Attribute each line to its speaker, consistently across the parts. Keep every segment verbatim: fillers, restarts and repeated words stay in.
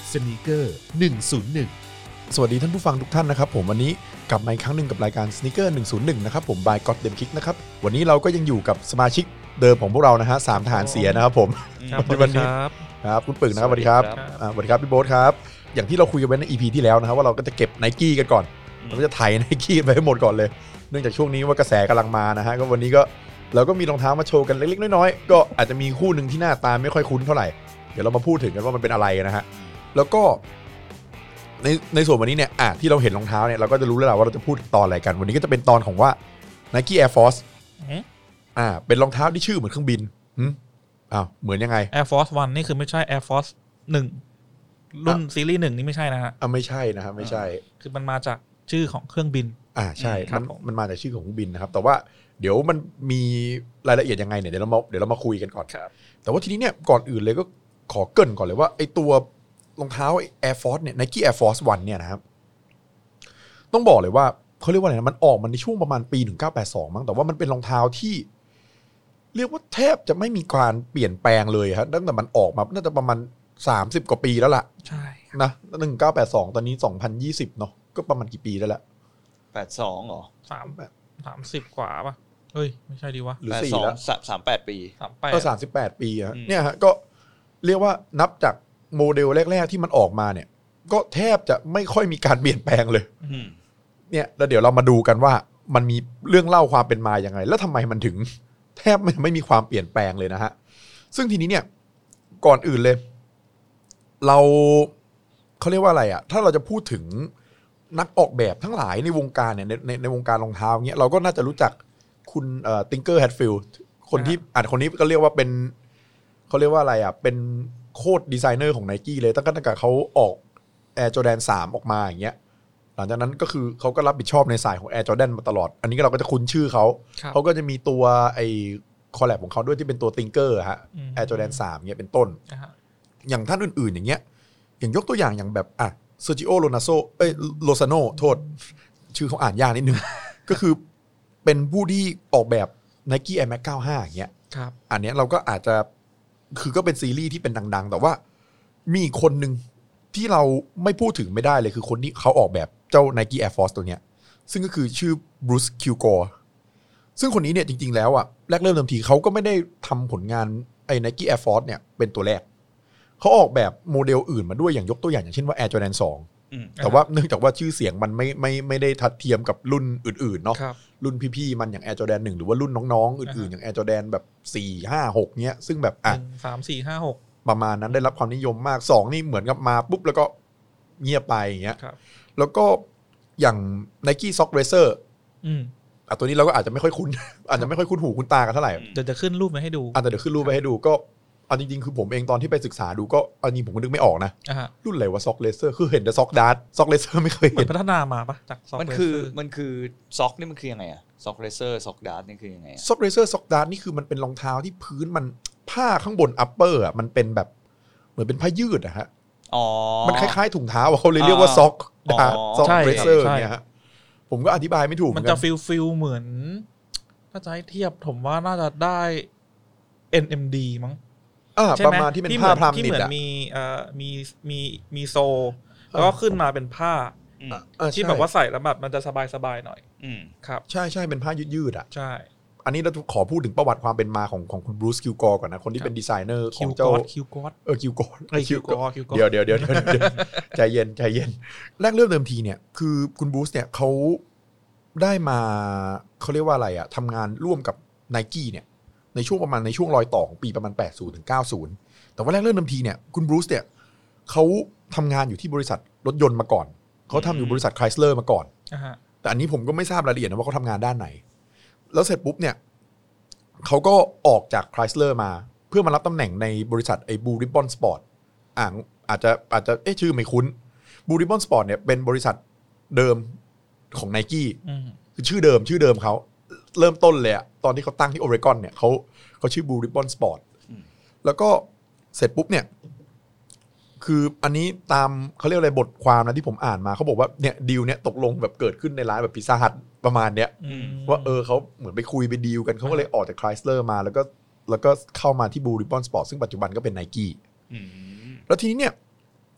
Speaker 1: Sneaker หนึ่งศูนย์หนึ่ง
Speaker 2: สวัสดีท่านผู้ฟังทุกท่านนะครับผมวันนี้กลับมาอีกครั้งหนึ่งกับรายการ Sneaker หนึ่งศูนย์หนึ่งนะครับผม by God Dem Kick นะครับวันนี้เราก็ยังอยู่กับสมาชิกเดิมของพวกเรานะฮะสามทหารเสียนะครับผม
Speaker 3: ครับสวัสดีครับ
Speaker 2: ครับคุณปึกนะครับสวัสดีครับสวัสดีครับพี่โบ๊ทครับอย่างที่เราคุยกันไว้ใน อี พี ที่แล้วนะครับว่าเราก็จะเก็บ Nike กันก่อนเราก็จะไถ Nike ไปให้หมดก่อนเลยเนื่องจากช่วงนี้ว่ากระแสกำลังมานะฮะก็วันนี้ก็เราก็มีรองเท้ามาโชว์กันเล็กๆน้อยๆก็อาจจะมีคู่นึงที่หน้าตาไม่ค่อยคุ้นเท่าไหร่เดี๋ยวเรามาพูดถึงกันว่ามันเป็นอะไรนะฮะแล้วก็ในในส่วนวันนี้เนี่ยอ่ะที่เราเห็นรองเท้าเนี่ยเราก็จะรู้แล้วแหละว่าเราจะพูดตอนอะไรกันวันนี้ก็จะเป็นตอนของว่า Nike Air Force อ่าเป็นรองเท้าที่ชื่อเหมือนเครื่องบินหึอ้าวเหมือนยังไง
Speaker 3: Air Force วันนี่คือไม่ใช่ Air Force หนึ่งรุ่นซีรีส์หนึ่งนี่ไม่ใช่นะฮะ
Speaker 2: อ่ะไม่ใช่นะครับไม่ใช่
Speaker 3: คือมันมาจากชื่อของเครื่องบิน
Speaker 2: อ่าใช่มันมันมาจากชื่อของเครื่องบินนะครับแต่ว่าเดี๋ยวมันมีรายละเอียดยังไงเนี่ยเดี๋ยวเรามาเดี๋ยวเรามาคุยกันก่อนแต่ว่าทีนี้เนี่ยก่อนอื่นเลยก็ขอเกริ่นก่อนเลยว่าไอ้ตัวรองเท้า Air Force เนี่ย Nike Air Force วันเนี่ยนะครับต้องบอกเลยว่าเขาเรียกว่าอะไรนะมันออกมาในช่วงประมาณปีหนึ่งเก้าแปดสองมั้งแต่ว่ามันเป็นรองเท้าที่เรียกว่าแทบจะไม่มีการเปลี่ยนแปลงเลยครับตั้งแต่มันออกมาน่าจะประมาณสามสิบกว่าปีแล้วล่ะ
Speaker 3: ใช่
Speaker 2: นะหนึ่งเก้าแปดสองตอนนี้สองพันยี่สิบเนาะก็ประมาณกี่ปีแล้วล่ะ
Speaker 4: แปดสองเหรอ
Speaker 3: สามแบบสามสิบกว่าป่ะเฮ้ยไม่ใช่ดีวะ
Speaker 2: หรือสี่แล้ว
Speaker 4: สามแปดปี
Speaker 3: สามแปด
Speaker 2: ก็สามสิบแปดปีฮะเนี่ยฮะก็เรียกว่านับจากโมเดลแรกๆที่มันออกมาเนี่ยก็แทบจะไม่ค่อยมีการเปลี่ยนแปลงเลยเนี่ยแล้วเดี๋ยวเรามาดูกันว่ามันมีเรื่องเล่าความเป็นมาอย่างไรแล้วทำไมมันถึงแทบไม่ไม่มีความเปลี่ยนแปลงเลยนะฮะซึ่งทีนี้เนี่ยก่อนอื่นเลยเราเขาเรียกว่าอะไรอ่ะถ้าเราจะพูดถึงนักออกแบบทั้งหลายในวงการเนี่ยในในในวงการรองเท้าเงี้ยเราก็น่าจะรู้จักคุณเอ่อติงเกอร์แฮตฟิลด์คนที่อ่านคนนี้ก็เรียกว่าเป็นเขาเรียกว่าอะไรอ่ะเป็นโค้ดดีไซเนอร์ของ Nike เลยตั้งแต่เขาออก Air Jordan สามออกมาอย่างเงี้ยหลังจากนั้นก็คือเขาก็รับผิดชอบในสายของ Air Jordan มาตลอดอันนี้เราก็จะคุ้นชื่อเขาเขาก็จะมีตัวไอ้คอลแลบของเขาด้วยที่เป็นตัว Tinker ฮะ Air Jordan สามเงี้ยเป็นต้นอย่างท่านอื่นๆอย่างเงี้ยอย่างยกตัวอย่างอย่างแบบอ่ะเซอร์จิโอโลนาโซเอ้ยโลซาโนโทษชื่อเขาอ่านยากนิดนึง ก็คือเป็นผู้ที่ออกแบบ Nike Air Max เก้าสิบห้าอย่างเงี้ย
Speaker 3: ครับ
Speaker 2: อันเนี้ยเราก็อาจจะคือก็เป็นซีรีส์ที่เป็นดังๆแต่ว่ามีอีกคนนึงที่เราไม่พูดถึงไม่ได้เลยคือคนที่เขาออกแบบเจ้า Nike Air Force ตัวเนี้ยซึ่งก็คือชื่อบรูซคิวกอร์ซึ่งคนนี้เนี่ยจริงๆแล้วอ่ะแรกเริ่มเดิมทีเขาก็ไม่ได้ทำผลงานไอ้ Nike Air Force เนี่ยเป็นตัวแรกเขาออกแบบโมเดลอื่นมาด้วยอย่างยกตัวอย่างอย่างเช่นว่า Air Jordan สองแต่ว่าเนื่องจากว่าชื่อเสียงมันไม่ไม่ไม่ได้ทัดเทียมกับรุ่นอื่นๆเนาะรุ่นพี่ๆมันอย่าง Air Jordan หนึ่งหรือว่ารุ่นน้องๆอื่นๆอย่าง Air Jordan แบบสี่ ห้า หกเนี้ยซึ่งแบบอ่ะ
Speaker 3: สาม สี่ ห้า หก
Speaker 2: ประมาณนั้นได้รับความนิยมมากสองนี่เหมือนกับมาปุ๊บแล้วก็เงียบไปอย่างเงี้ยแล้วก็อย่าง Nike Sock Racer
Speaker 3: อืม
Speaker 2: อ่ะตัวนี้เราก็อาจจะไม่ค่อยคุ้นอาจจะไม่ค่อยคุ้นหูคุ้นตากันเท่าไหร่
Speaker 3: เดี๋ยวจะขึ้นรูปมาให้ดู
Speaker 2: อ่ะแต่เดี๋ยวขึ้นรูปไปให้ดูก็เอาจริงๆคือผมเองตอนที่ไปศึกษาดูก็อันนี้ผมก็นึกไม่ออกนะรุ่นอะไรวะซ็อกเลเซอร์คือเห็นแต่ซ็อกดาร์ตซ็อกเลเซอร์ไม่เคยเห็น
Speaker 3: พัฒนามาปะจากซ็อก
Speaker 4: มันคือมันคือซ็อกนี่มันคือยังไงอะซ็อกเลเซอร์ซ็อกดาร์ตนี่คือยังไง
Speaker 2: ซ็อกเลเซอร์ซ็อกดาร์ตนี่คือมันเป็นรองเท้าที่พื้นมันผ้าข้างบนอัปเปอร์อ่ะมันเป็นแบบเหมือนเป็นผ้ายืดอะฮะ
Speaker 4: อ๋อ
Speaker 2: มันคล้ายๆถุงเท้าเขาเลยเรียกว่าซ็อกดาร์ตซ็อกเลเซอร์เนี่ยฮะผมก็อธิบายไม่ถูก
Speaker 3: มันจะฟิลฟิลเหมือนถ้าจะให้เทียบผมว่าน่าจะได้ เอ็น เอ็ม ดี มั้ง
Speaker 2: ประมาณที่เป็นผ้าพราม
Speaker 3: ที่เหมือนมีเอ่อมีมีมีโซแล้วก็ขึ้นมาเป็นผ้าที่แบบว่าใส่แล้วแบบมันจะสบายๆหน่อยครับ
Speaker 2: ใช่ใช่เป็นผ้ายืดๆอ่ะ
Speaker 3: ใช่
Speaker 2: อันนี้เราขอพูดถึงประวัติความเป็นมาของของคุณบรูซคิวกอร์ก่อนนะคนที่เป็นดีไซเนอร์ของเจ้า
Speaker 3: คิวกอร์
Speaker 2: เออคิวกอร์
Speaker 3: คิวกอร์
Speaker 2: เดี๋ยวเดี๋ยวเดี๋ยวใจเย็นใจเย็นแรกเริ่มเดิมทีเนี่ยคือคุณบรูซเนี่ยเขาได้มาเขาเรียกว่าอะไรอ่ะทำงานร่วมกับ Nike เนี่ยในช่วงประมาณในช่วงรอยต่อของปีประมาณแปดสิบถึงเก้าสิบแต่ว่าแรกเริ่มเดิมทีเนี่ยคุณบรูซเนี่ยเขาทำงานอยู่ที่บริษัทรถยนต์มาก่อนเขาทำอยู่บริษัทไครสเลอร์มาก่อนแต่อันนี้ผมก็ไม่ทราบรายละเอียดนะว่าเขาทำงานด้านไหนแล้วเสร็จปุ๊บเนี่ยเขาก็ออกจากไครสเลอร์มาเพื่อมารับตำแหน่งในบริษัทไอ้บูริบบอนสปอร์ตอ่าอาจจะอาจจะเอ๊ะชื่อไม่คุ้นบูริบบอนสปอร์ตเนี่ยเป็นบริษัทเดิมของ Nike คือชื่อเดิมชื่อเดิมเขาเริ่มต้นเลยอะตอนที่เขาตั้งที่โอเรกอนเนี่ยเขาเขาชื่อ Blue Ribbon Sport แล้วก็เสร็จปุ๊บเนี่ยคืออันนี้ตามเขาเรียกอะไรบทความนะที่ผมอ่านมาเขาบอกว่าเนี่ยดีลเนี่ยตกลงแบบเกิดขึ้นในร้านแบบพิซซ่าฮัทประมาณเนี้ยว่าเออเขาเหมือนไปคุยไปดีลกันเขาก็เลยออกจากไครสเลอร์มาแล้วก็แล้วก็เข้ามาที่ Blue Ribbon Sport ซึ่งปัจจุบันก็เป็น Nike แล้วทีนี้เนี่ย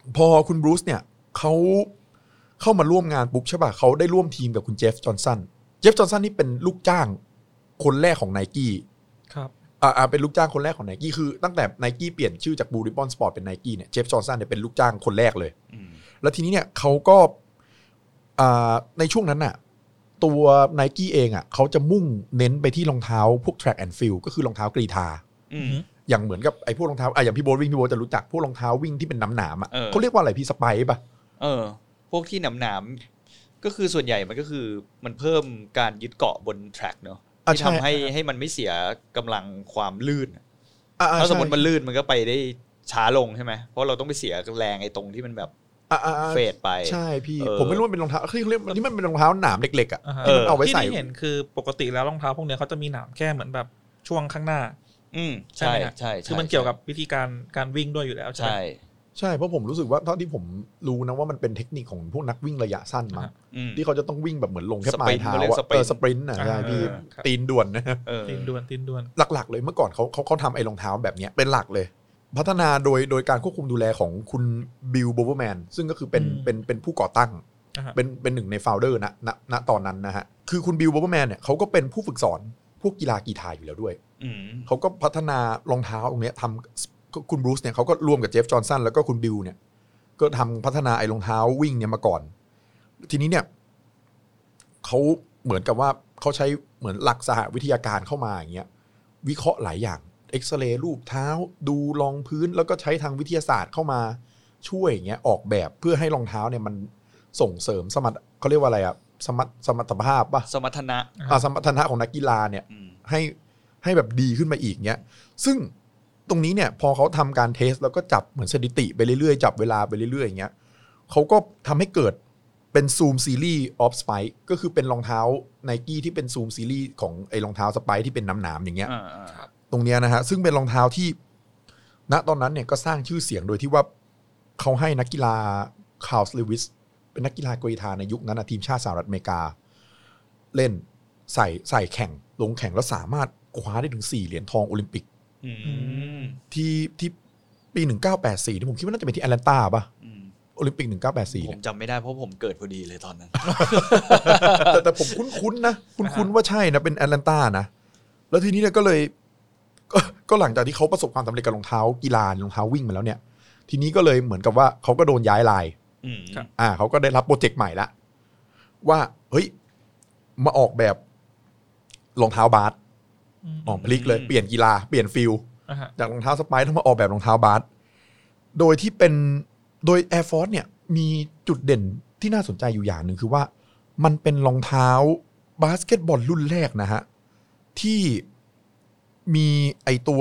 Speaker 2: พอคุณบรูซเนี่ยเขาเข้ามาร่วมงานปุ๊บใช่ป่ะเขาได้ร่วมทีมกับคุณเจฟจอห์นสันเจฟจอห์นสันนี่เป็นลูกจ้างคนแรกของ Nike
Speaker 3: ครับ
Speaker 2: อ่าเป็นลูกจ้างคนแรกของ Nike คือตั้งแต่ Nike เปลี่ยนชื่อจาก Blue Ribbon Sport เป็น Nike เนี่ยเจฟจอห์นสันเนี่ยเป็นลูกจ้างคนแรกเลยแล้วทีนี้เนี่ยเขาก็อ่าในช่วงนั้นน่ะตัว Nike เองอ่ะเขาจะมุ่งเน้นไปที่รองเท้าพวก track and field ก็คือรองเท้ากรีฑาอย่างเหมือนกับไอ้พวกรองเท้าอ่ะอย่างพี่โบ๊ทวิ่งพี่โบ๊ทจะรู้จักพวกรองเท้าวิ่งที่เป็นน้ำหนามอ่ะเขาเรียกว่าอะไรพี่สไปร์ป่ะ
Speaker 4: เออพวกที่หนามหนามก็คือส่วนใหญ่มันก็คือมันเพิ่มการยึดเกาะบนแทร็กเนาะที่ทำให้ให้มันไม่เสียกำลังความลื่นถ้าสมมติมันลื่นมันก็ไปได้ช้าลงใช่ไหมเพราะเราต้องไปเสียแรงไอ้ตรงที่มันแบบเฟดไป
Speaker 2: ใช่พี่ผมไม่รู้ว่าเป็นรองเท้าที่เรียกที่มันเป็นรองเท้าหนามเล็กๆอ่ะที่มันเอาไว้ใส่
Speaker 3: ที่เห็นคือปกติแล้วรองเท้าพวกนี้เขาจะมีหนามแค่เหมือนแบบช่วงข้างหน้า
Speaker 4: อืมใช่ใช่
Speaker 3: คือมันเกี่ยวกับวิธีการการวิ่งด้วยอยู่แล้วใช่
Speaker 2: ใช่เพราะผมรู้สึกว่าเท่าที่ผมรู้นะว่ามันเป็นเทคนิคของพวกนักวิ่งระยะสั้นมั้งที่เขาจะต้องวิ่งแบบเหมือนลงแค่ปลายเท้าอะเออสปรินต์อ่ะใช่พี่ตีนด่วนนะ
Speaker 3: ตีนด่วนตีนด่วน
Speaker 2: หลักๆเลยเมื่อก่อนเขาเขาเขาทำไอ้รองเท้าแบบนี้เป็นหลักเลยพัฒนาโดยโดยการควบคุมดูแลของคุณบิล โบเวอร์แมนซึ่งก็คือเป็นเป็นเป็นผู้ก่อตั้งเป็นเป็นหนึ่งในโฟลเดอร์นะณณตอนนั้นนะฮะคือคุณบิล โบเวอร์แมนเนี่ยเขาก็เป็นผู้ฝึกสอนพวกกีฬากีฬาอยู่แล้วด้วยเขาก็พัฒนารองเท้าตรงนี้ทำคุณบรูซเนี่ยเขาก็ร่วมกับเจฟจอห์นสันแล้วก็คุณบิลเนี่ยก็ทำพัฒนาไอ้รองเท้าวิ่งเนี่ยมาก่อนทีนี้เนี่ยเขาเหมือนกับว่าเขาใช้เหมือนหลักสหวิทยาการเข้ามาอย่างเงี้ยวิเคราะห์หลายอย่างเอ็กซเรย์รูปเท้าดูรองพื้นแล้วก็ใช้ทางวิทยาศาสตร์เข้ามาช่วยอย่างเงี้ยออกแบบเพื่อให้รองเท้าเนี่ยมันส่งเสริมสมรรถเขาเรียกว่าอะไรอะสมรรถสมรรถภาพป่ะ
Speaker 4: สมรรถนะ
Speaker 2: อ่าสมรรถนะของนักกีฬาเนี่ยให้ให้แบบดีขึ้นมาอีกเงี้ยซึ่งตรงนี้เนี่ยพอเขาทำการเทสแล้วก็จับเหมือนสถิติไปเรื่อยๆจับเวลาไปเรื่อยๆอย่างเงี้ยเขาก็ทำให้เกิดเป็นซูมซีรีส์ออฟสไปค์ก็คือเป็นรองเท้า Nike ที่เป็นซูมซีรีส์ของไอ้รองเท้าสไปค์ที่เป็นน้ำหนามอย่างเงี้ยตรงเนี้ยนะฮะซึ่งเป็นรองเท้าที่ณตอนนั้นเนี่ยก็สร้างชื่อเสียงโดยที่ว่าเขาให้นักกีฬาคาร์ลส์เลวิสเป็นนักกีฬากรีฑาในยุคนั้นนะทีมชาติสหรัฐอเมริกาเล่นใส่ใส่แข่งลงแข่งแล้วสามารถคว้าได้ถึงสี่เหรียญทองโอลิมปิกที่ที่ปีหนึ่งเก้าแปดสี่ที่ผมคิดว่าน่าจะเป็นที่แอตแลนตาป่ะโอลิมปิกหนึ่งเก้าแปดสี่
Speaker 4: ผมจำไม่ได้เพราะผมเกิดพอดีเลยตอนนั้น
Speaker 2: แต่แต่ผมคุ้นๆนะคุ้นๆว่าใช่นะเป็นแอตแลนตานะแล้วทีนี้เนี่ยก็เลยก็ก็หลังจากที่เขาประสบความสำเร็จกับรองเท้ากีฬารองเท้าวิ่งมาแล้วเนี่ยทีนี้ก็เลยเหมือนกับว่าเขาก็โดนย้ายลายอ่าเขาก็ได้รับโปรเจกต์ใหม่ละว่าเฮ้ยมาออกแบบรองเท้าบาสออกพลิกเลยเปลี่ยนกีฬาเปลี่ยนฟิลจากรองเท้าสไปร์ต้องมาออกแบบรองเท้าบาสโดยที่เป็นโดย Air Force เนี่ยมีจุดเด่นที่น่าสนใจอยู่อย่างหนึ่งคือว่ามันเป็นรองเท้าบาสเกตบอลรุ่นแรกนะฮะที่มีไอตัว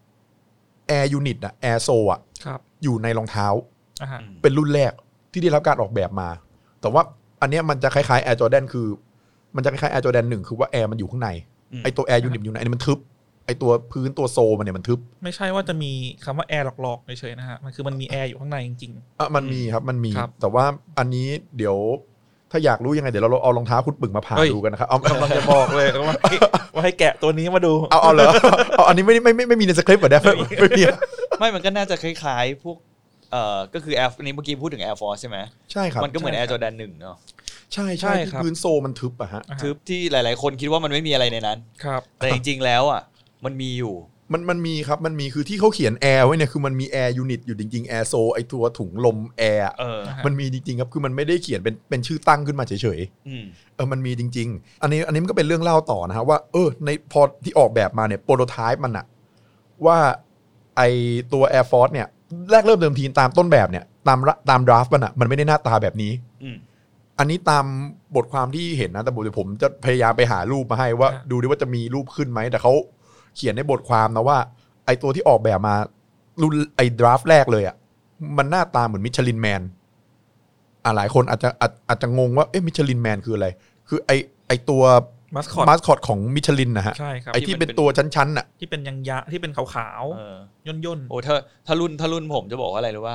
Speaker 2: Air Unit อะ Air Sole อะอยู่ในรองเท้าเป็นรุ่นแรกที่ได้รับการออกแบบมาแต่ว่าอันเนี้ยมันจะคล้ายๆ Air Jordan คือมันจะคล้ายๆ Air Jordan หนึ่งคือว่า Air มันอยู่ข้างในไอตัว Air Unit อยู่ในอันนี้มันทึบไอตัวพื้นตัวโซมันเนี่ยมันทึบ
Speaker 3: ไม่ใช่ว่าจะมีคำว่าแอร์หลอกๆเฉยๆนะฮะมันคือมันมีแอร์อยู่ข้างในจริง
Speaker 2: ๆอ่ะมันมีครับมันมีแต่ว่าอันนี้เดี๋ยวถ้าอยากรู้ยังไงเดี๋ยวเราเอารองเท้าคุณปึ่งมาผ่าดูกันนะครับเอา
Speaker 3: กำลังจะบอกเลยว่าว่าให้แกะตัวนี้มาดู
Speaker 2: เอาเอาเลยเอาอันนี้ไม่ไม่ไม่ไม่มีในสคริปต์เหรอเนี่ยไม่มี
Speaker 4: ไม่มันก็น่าจะคล้ายๆพวกเอ่อก็คือ Air นี้เมื่อกี้พูดถึง Air Force ใช่ไหม
Speaker 2: ใช่ครับ
Speaker 4: มันก็เหมือน Air Jordan หนึ่งเนาะ
Speaker 2: ใช่ใช่พื้นโซมันทึบอะฮะ
Speaker 4: ทึบที่หลายๆคนคิดว่ามันไม่มีอะไรในนั้น
Speaker 3: ครับ
Speaker 4: แต่จริงๆแล้วอ่ะมันมีอยู่
Speaker 2: มันมันมีครับมันมีคือที่เขาเขียนแอร์ไว้เนี่ยคือมันมีแอร์ยูนิตอยู่จริงๆแอร์โซไอตัวถุงลมแอร์มันมีจริงๆครับคือมันไม่ได้เขียนเป็นเป็นชื่อตั้งขึ้นมาเฉยๆเออมันมีจริงๆอันนี้อันนี้มันก็เป็นเรื่องเล่าต่อนะฮะว่าเออในพอที่ออกแบบมาเนี่ยโปรโตไทป์มันอะว่าไอตัว Air Force เนี่ยแรกเริ่มเดิมทีตามต้นแบบเนี่ยตามตามดราฟต์มันอะมันไม่ได้หน้าตาแบบนี้อันนี้ตามบทความที่เห็นนะแต่ผมจะพยายามไปหารูปมาให้ว่าดูดิว่าจะมีรูปขึ้นไหมแต่เขาเขียนในบทความนะว่าไอตัวที่ออกแบบมารุ่นไอดราฟต์แรกเลยอ่ะมันหน้าตาเหมือนมิชลินแมนอ่ะหลายคนอาจจะอาจอาจจะงงว่าเอ๊ะมิชลินแมนคืออะไรคือไอไอตัว
Speaker 3: มาสคอต
Speaker 2: มาสคอตของมิชลินนะฮะ
Speaker 3: ใช่ครับ
Speaker 2: ไอที่เป็นตัวชั้นๆอ่ะ
Speaker 3: ที่เป็นยังยะที่เป็นขาวๆย่นย่น
Speaker 4: โอ้ถ้าถ้ารุ่นถ้ารุ่นผมจะบอกว่าอะไรรู้ป่ะ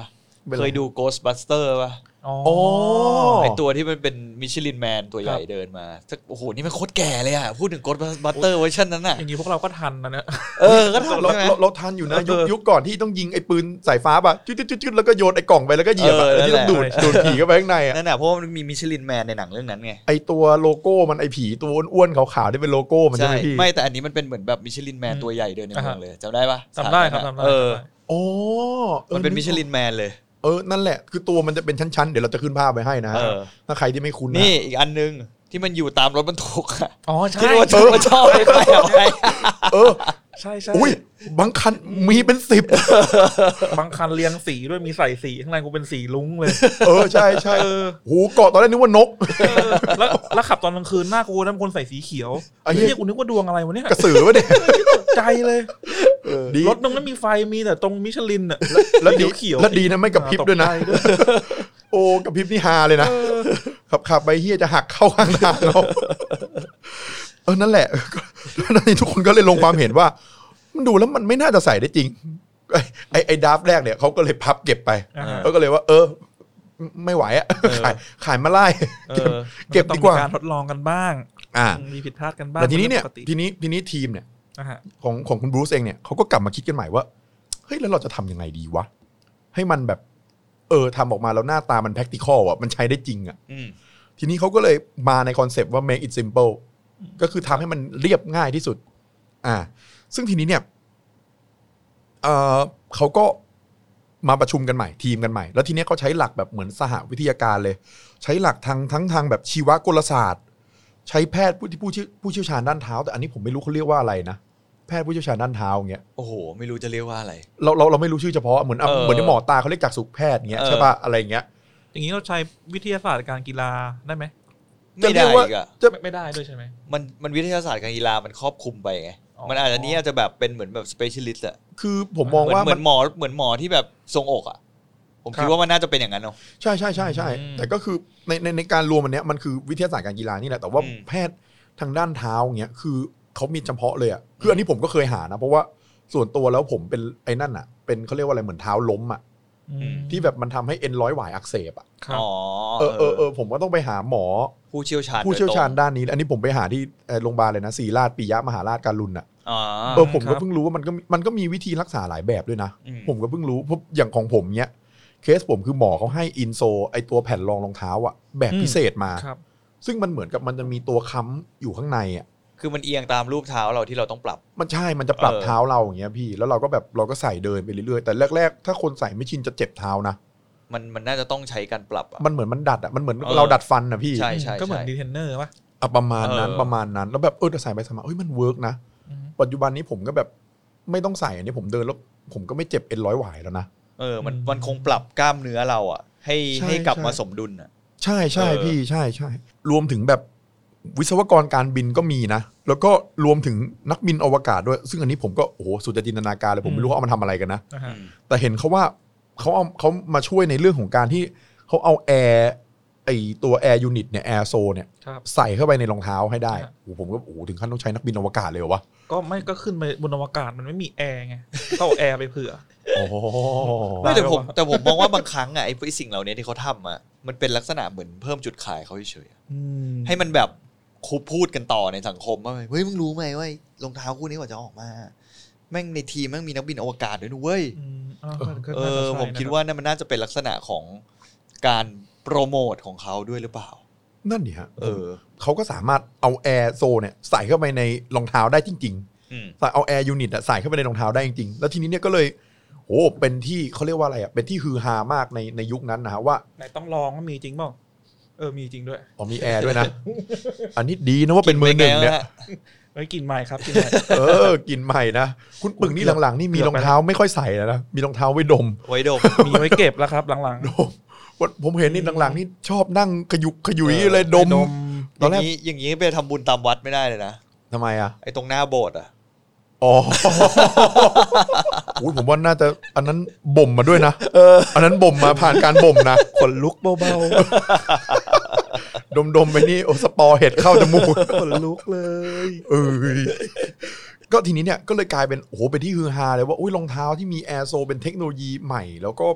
Speaker 4: เคยดู Ghostbuster ป่ะ
Speaker 3: อ๋อ
Speaker 4: ไอตัวที่มันเป็นมิชลินแมนตัวใหญ่เดินมาโอ้โหนี่มันโคตรแก่เลยอ่ะพูดถึง Ghostbuster เวอร์ชันนั้นน่ะ
Speaker 3: อย่างนี้พวกเราก็ทันนะเนี่ย
Speaker 4: เออก็ทัน
Speaker 2: เราเราทันอยู่นะยุคยุคก่อนที่ต้องยิงไอ้ปืนสายฟ้าป่ะจุดๆๆแล้วก็โยนไอ้กล่องไปแล้วก็เหยียบอ่ะที่ต้องดูดดูดผีเข้าไปข้างในอ่ะ
Speaker 4: นั่นน่ะเพราะมันมีมิชลินแมนในหนังเรื่องนั้นไง
Speaker 2: ไอ้ตัวโลโก้มันไอ้ผีตัวอ้วนๆขาวๆที่เป็นโลโก้มันใช่มั้ยพี่
Speaker 4: ไม่แต่อันนี้มันเป็นเหมือนแบบมิชลินแมนตัวใหญ่เดินในเมืองเลยจำได้ป่ะ
Speaker 3: จำได้ครับจำได้
Speaker 4: เออ
Speaker 2: อ๋อ
Speaker 4: มันเป็นมิชลินแมนเลย
Speaker 2: เออนั่นแหละคือตัวมันจะเป็นชั้นๆเดี๋ยวเราจะขึ้นภาพไปให้นะถ้าใครที่ไม่คุ้น
Speaker 4: นี่อีกอันนึงที่มันอยู่ตามรถบรรทุกอ่ะ
Speaker 3: อ๋อใช่
Speaker 4: ที่ว่าชอบไปไป
Speaker 2: เออ
Speaker 3: ใช่ๆ
Speaker 2: อุ้ยบางคันมีเป็นสิ
Speaker 3: บบางคันเรียงสีด้วยมีใส่สีข้างในกูเป็นสีลุ้งเลย
Speaker 2: เออใช่ๆเออโหเกาะตอนแรกนึกว่านก
Speaker 3: แล้วแล้วขับตอนกลางคืนหน้ากูนะคนใส่สีเขียวไอ้เหี้ยกูนึกว่าดวงอะไรวะเนี่ย
Speaker 2: กระสือวะเนี่ย
Speaker 3: ตกใจเลยรถตรงนั้นมีไฟมีแต่ตรงมิชลินน่ะ
Speaker 2: แล้วเขียวแล้วดีนะไม่กระพริบด้วยนะโอ้กระพริบนี่ฮาเลยนะขับขับไปเฮียจะหักเข้าข้างทางเราเออนั่นแหละนั่นนี่ทุกคนก็เลยลงความเห็นว่ามันดูแล้วมันไม่น่าจะใส่ได้จริงไอ้ไอ้ดราฟแรกเนี่ยเขาก็เลยพับเก็บไปเขาก็เลยว่าเออไม่ไหวอ่ะขายขายมาไล่เก็บดีกว่า
Speaker 3: การทดลองกันบ้างมีผิดพลาดกันบ้าง
Speaker 2: แต่ทีนี้เนี่ยทีนี้ทีนี้ทีมเนี่ยของของคุณบรูซเองเนี่ยเขาก็กลับมาคิดกันใหม่ว่าเฮ้ยแล้วเราจะทำยังไงดีวะให้มันแบบเออทำออกมาแล้วหน้าตามัน practical อ่ะมันใช้ได้จริงอ่ะทีนี้เขาก็เลยมาในคอนเซปต์ว่า make it simple ก็คือทำให้มันเรียบง่ายที่สุดอ่าซึ่งทีนี้เนี่ยเออเขาก็มาประชุมกันใหม่ทีมกันใหม่แล้วทีนี้เขาใช้หลักแบบเหมือนสหวิทยาการเลยใช้หลักทางทั้งทางแบบชีวกลศาสตร์ใช้แพทย์ผู้ที่ผู้ผู้เชี่ยวชาญด้านเท้าแต่อันนี้ผมไม่รู้เขาเรียกว่าอะไรนะแพทย์ผู้เชี่ยวชาญด้านเท้าอย่างเงี้ย
Speaker 4: โอ้โหไม่รู้จะเรียกว่าอะไร
Speaker 2: เราเราเราไม่รู้ชื่อเฉพาะเหมือนเหมือนที่หมอตาเขาเรียกจักษุแพทย์เงี้ยใช่ป่ะอะไรเงี้ย
Speaker 3: อย่างนี้เราใช้วิทยาศาสตร์การกีฬาได้ไหม
Speaker 4: ไม่ได้อีกอ่ะ
Speaker 3: จะไม่ได้ด้วยใช่ไหม
Speaker 4: มันมันวิทยาศาสตร์การกีฬามันครอบคลุมไปไงมันอาจจะนี้อาจจะแบบเป็นเหมือนแบบ specialist อ่ะ
Speaker 2: คือผมมองว่า
Speaker 4: เหมือนหมอเหมือนหมอที่แบบทรงอกอ่ะผมคิดว่ามันน่าจะเป็นอย่างนั้นเนาะ
Speaker 2: ใช่ใช่ใช่ใช่แต่ก็คือในในในการรวมอันเนี้ยมันคือวิทยาศาสตร์การกีฬานี่แหละแต่ว่าแพทย์ทางด้านเท้าเงี้ยคือเขามีเฉพาะเลยอ่ะคืออันนี้ผมก็เคยหานะเพราะว่าส่วนตัวแล้วผมเป็นไอ้นั่นอ่ะเป็นเขาเรียกว่าอะไรเหมือนเท้าล้มอ่ะที่แบบมันทำให้เอ็นร้อยหวายอักเสบอ่ะ
Speaker 4: อ๋อ
Speaker 2: เออเออเออผมก็ต้องไปหาหมอ
Speaker 4: ผู้เชี่ยวชาญ
Speaker 2: ผู้เชี่ยวชาญด้านนี้อันนี้ผมไปหาที่โรงพยาบาลเลยนะศรีราชปิยมหาราชการุณอ่ะเออผมก็เพิ่งรู้ว่ามันก็มันก็มีวิธีรักษาหลายแบบด้วยนะผมก็เพิ่งรู้เพราะอย่างของผมเนี้ยเคสผมคือหมอเขาให้อินโซไอตัวแผ่นรองรองเท้าอ่ะแบบพิเศษมาซึ่งมันเหมือนกับมันจะมีตัวค้ำอยู่ข้างในอ่ะ
Speaker 4: คือมันเอียงตามรูปเท้าเราที่เราต้องปรับ
Speaker 2: มันใช่มันจะปรับเท้าเราอย่างเงี้ยพี่แล้วเราก็แบบเราก็ใส่เดินไปเรื่อยๆแต่แรกๆถ้าคนใส่ไม่ชินจะเจ็บเท้านะ
Speaker 4: มันมันน่าจะต้องใช้การปรับ
Speaker 2: มันเหมือนมันดัดอ่ะมันเหมือนเราดัดฟันนะพี่
Speaker 4: ใช่ใช่
Speaker 3: ก็เหมือนดีเทนเนอร์ป่ะ
Speaker 2: อ่ะประมาณนั้นประมาณนั้นแล้วแบบเออแต่ใส่ไปสมัครเฮ้ยมันเวิร์กนะปัจจุบันนี้ผมก็แบบไม่ต้องใส่อันนี้ผมเดินแล้วผมก็ไม่เจ็บเอ็นร้อยหวายแล้วนะ
Speaker 4: เออมันมันคงปรับกล้ามเนื้อเราอ่ะให้ให้กลับมาสมดุลอ่ะ
Speaker 2: ใช่ใช่พี่ใช่ใช่รวมถึงแบบวิศวกรการบินก็มีนะแล้วก็รวมถึงนักบินอวกาศด้วยซึ่งอันนี้ผมก็โอ้โหสุดจะจินตนาการเลยผมไม่รู้เขาเอามาทำอะไรกันนะแต่เห็นเขาว่าเขาเอาเขามาช่วยในเรื่องของการที่เขาเอาแอร์ไอตัวแอร์ยูนิตเนี่ยแอร์โซเนี่ยใส่เข้าไปในรองเท้าให้ได้โอ้ผมก็โอ้ถึงขั้นต้องใช้นักบินอวกาศเลยเหรอวะ
Speaker 3: ก็ไม่ก็ขึ้นไปบนอวกาศมันไม่มีแอร์ไงต้องแอร์ไปเผื่อ
Speaker 2: โอ้
Speaker 4: ไม่แต่ผมแต่ผมมองว่าบางครั้งอ่ะไอ้สิ่งเหล่านี้ที่เขาทำอ่ะมันเป็นลักษณะเหมือนเพิ่มจุดขายเขาเฉยๆให้มันแบบคูพูดกันต่อในสังคมว่าเฮ้ยมึงรู้ไหมว่ารองเท้าคู่นี้กว่าจะออกมาแม่งในทีมแม่งมีนักบินอวกาศด้วยนะเว้ยเออผมคิดว่านั่นมันน่าจะเป็นลักษณะของการโปรโมทของเขาด้วยหรือเปล่า
Speaker 2: นั่นดิฮะเออเขาก็สามารถเอาแอร์โซเนี่ยใส่เข้าไปในรองเท้าได้จริงๆใส่เอาแอร์ยูนิตใส่เข้าไปในรองเท้าได้จริงๆแล้วทีนี้เนี่ยก็เลยโอ้เป็นที่เขาเรียกว่าอะไรอ่ะเป็นที่ฮือฮามากในในยุคนั้นนะฮะว่า
Speaker 3: ไหนต้องลองว่ามีจริงเปล่าเออมีจริงด้วย
Speaker 2: อ๋อมีแอร์ด้วยนะอันนี้ดีนะว่าเป็นมือหนึ่งเนี่ย
Speaker 3: ไว้กินใหม่ครับกินใหม่
Speaker 2: เออกินใหม่นะคุณปึ่งนี่หลังๆนี่มีรองเท้าไม่ค่อยใส่แล้วนะมีรองเท้าไว้ดม
Speaker 4: ไว้ดม
Speaker 3: มีไว้เก็บแล้วครับหลัง
Speaker 2: ๆผมเห็นนี่หลังๆนี่ชอบนั่งขยุกขยุยเลยดม
Speaker 4: ตอนแรกอย่างนี้ไปทำบุญตามวัดไม่ได้เลยนะ
Speaker 2: ทำไมอ่ะ
Speaker 4: ไอ้ตรงหน้าโบสถ์อ่ะ
Speaker 2: อ๋อโอ้ยผมว่าน่าจะอันนั้นบ่มมาด้วยนะอันนั้นบ่มมาผ่านการบ่มนะ
Speaker 3: ขนลุกเบา
Speaker 2: ๆดมๆไปนี่โอสปอร์เห็ดเข้าจมูก
Speaker 3: ขนลุกเลย
Speaker 2: เออก็ทีนี้เนี่ยก็เลยกลายเป็นโอ้โหเป็นที่ฮือฮาเลยว่าอุ้ยรองเท้าที่มีแอร์โซเป็นเทคโนโลยีใหม่แล้วก็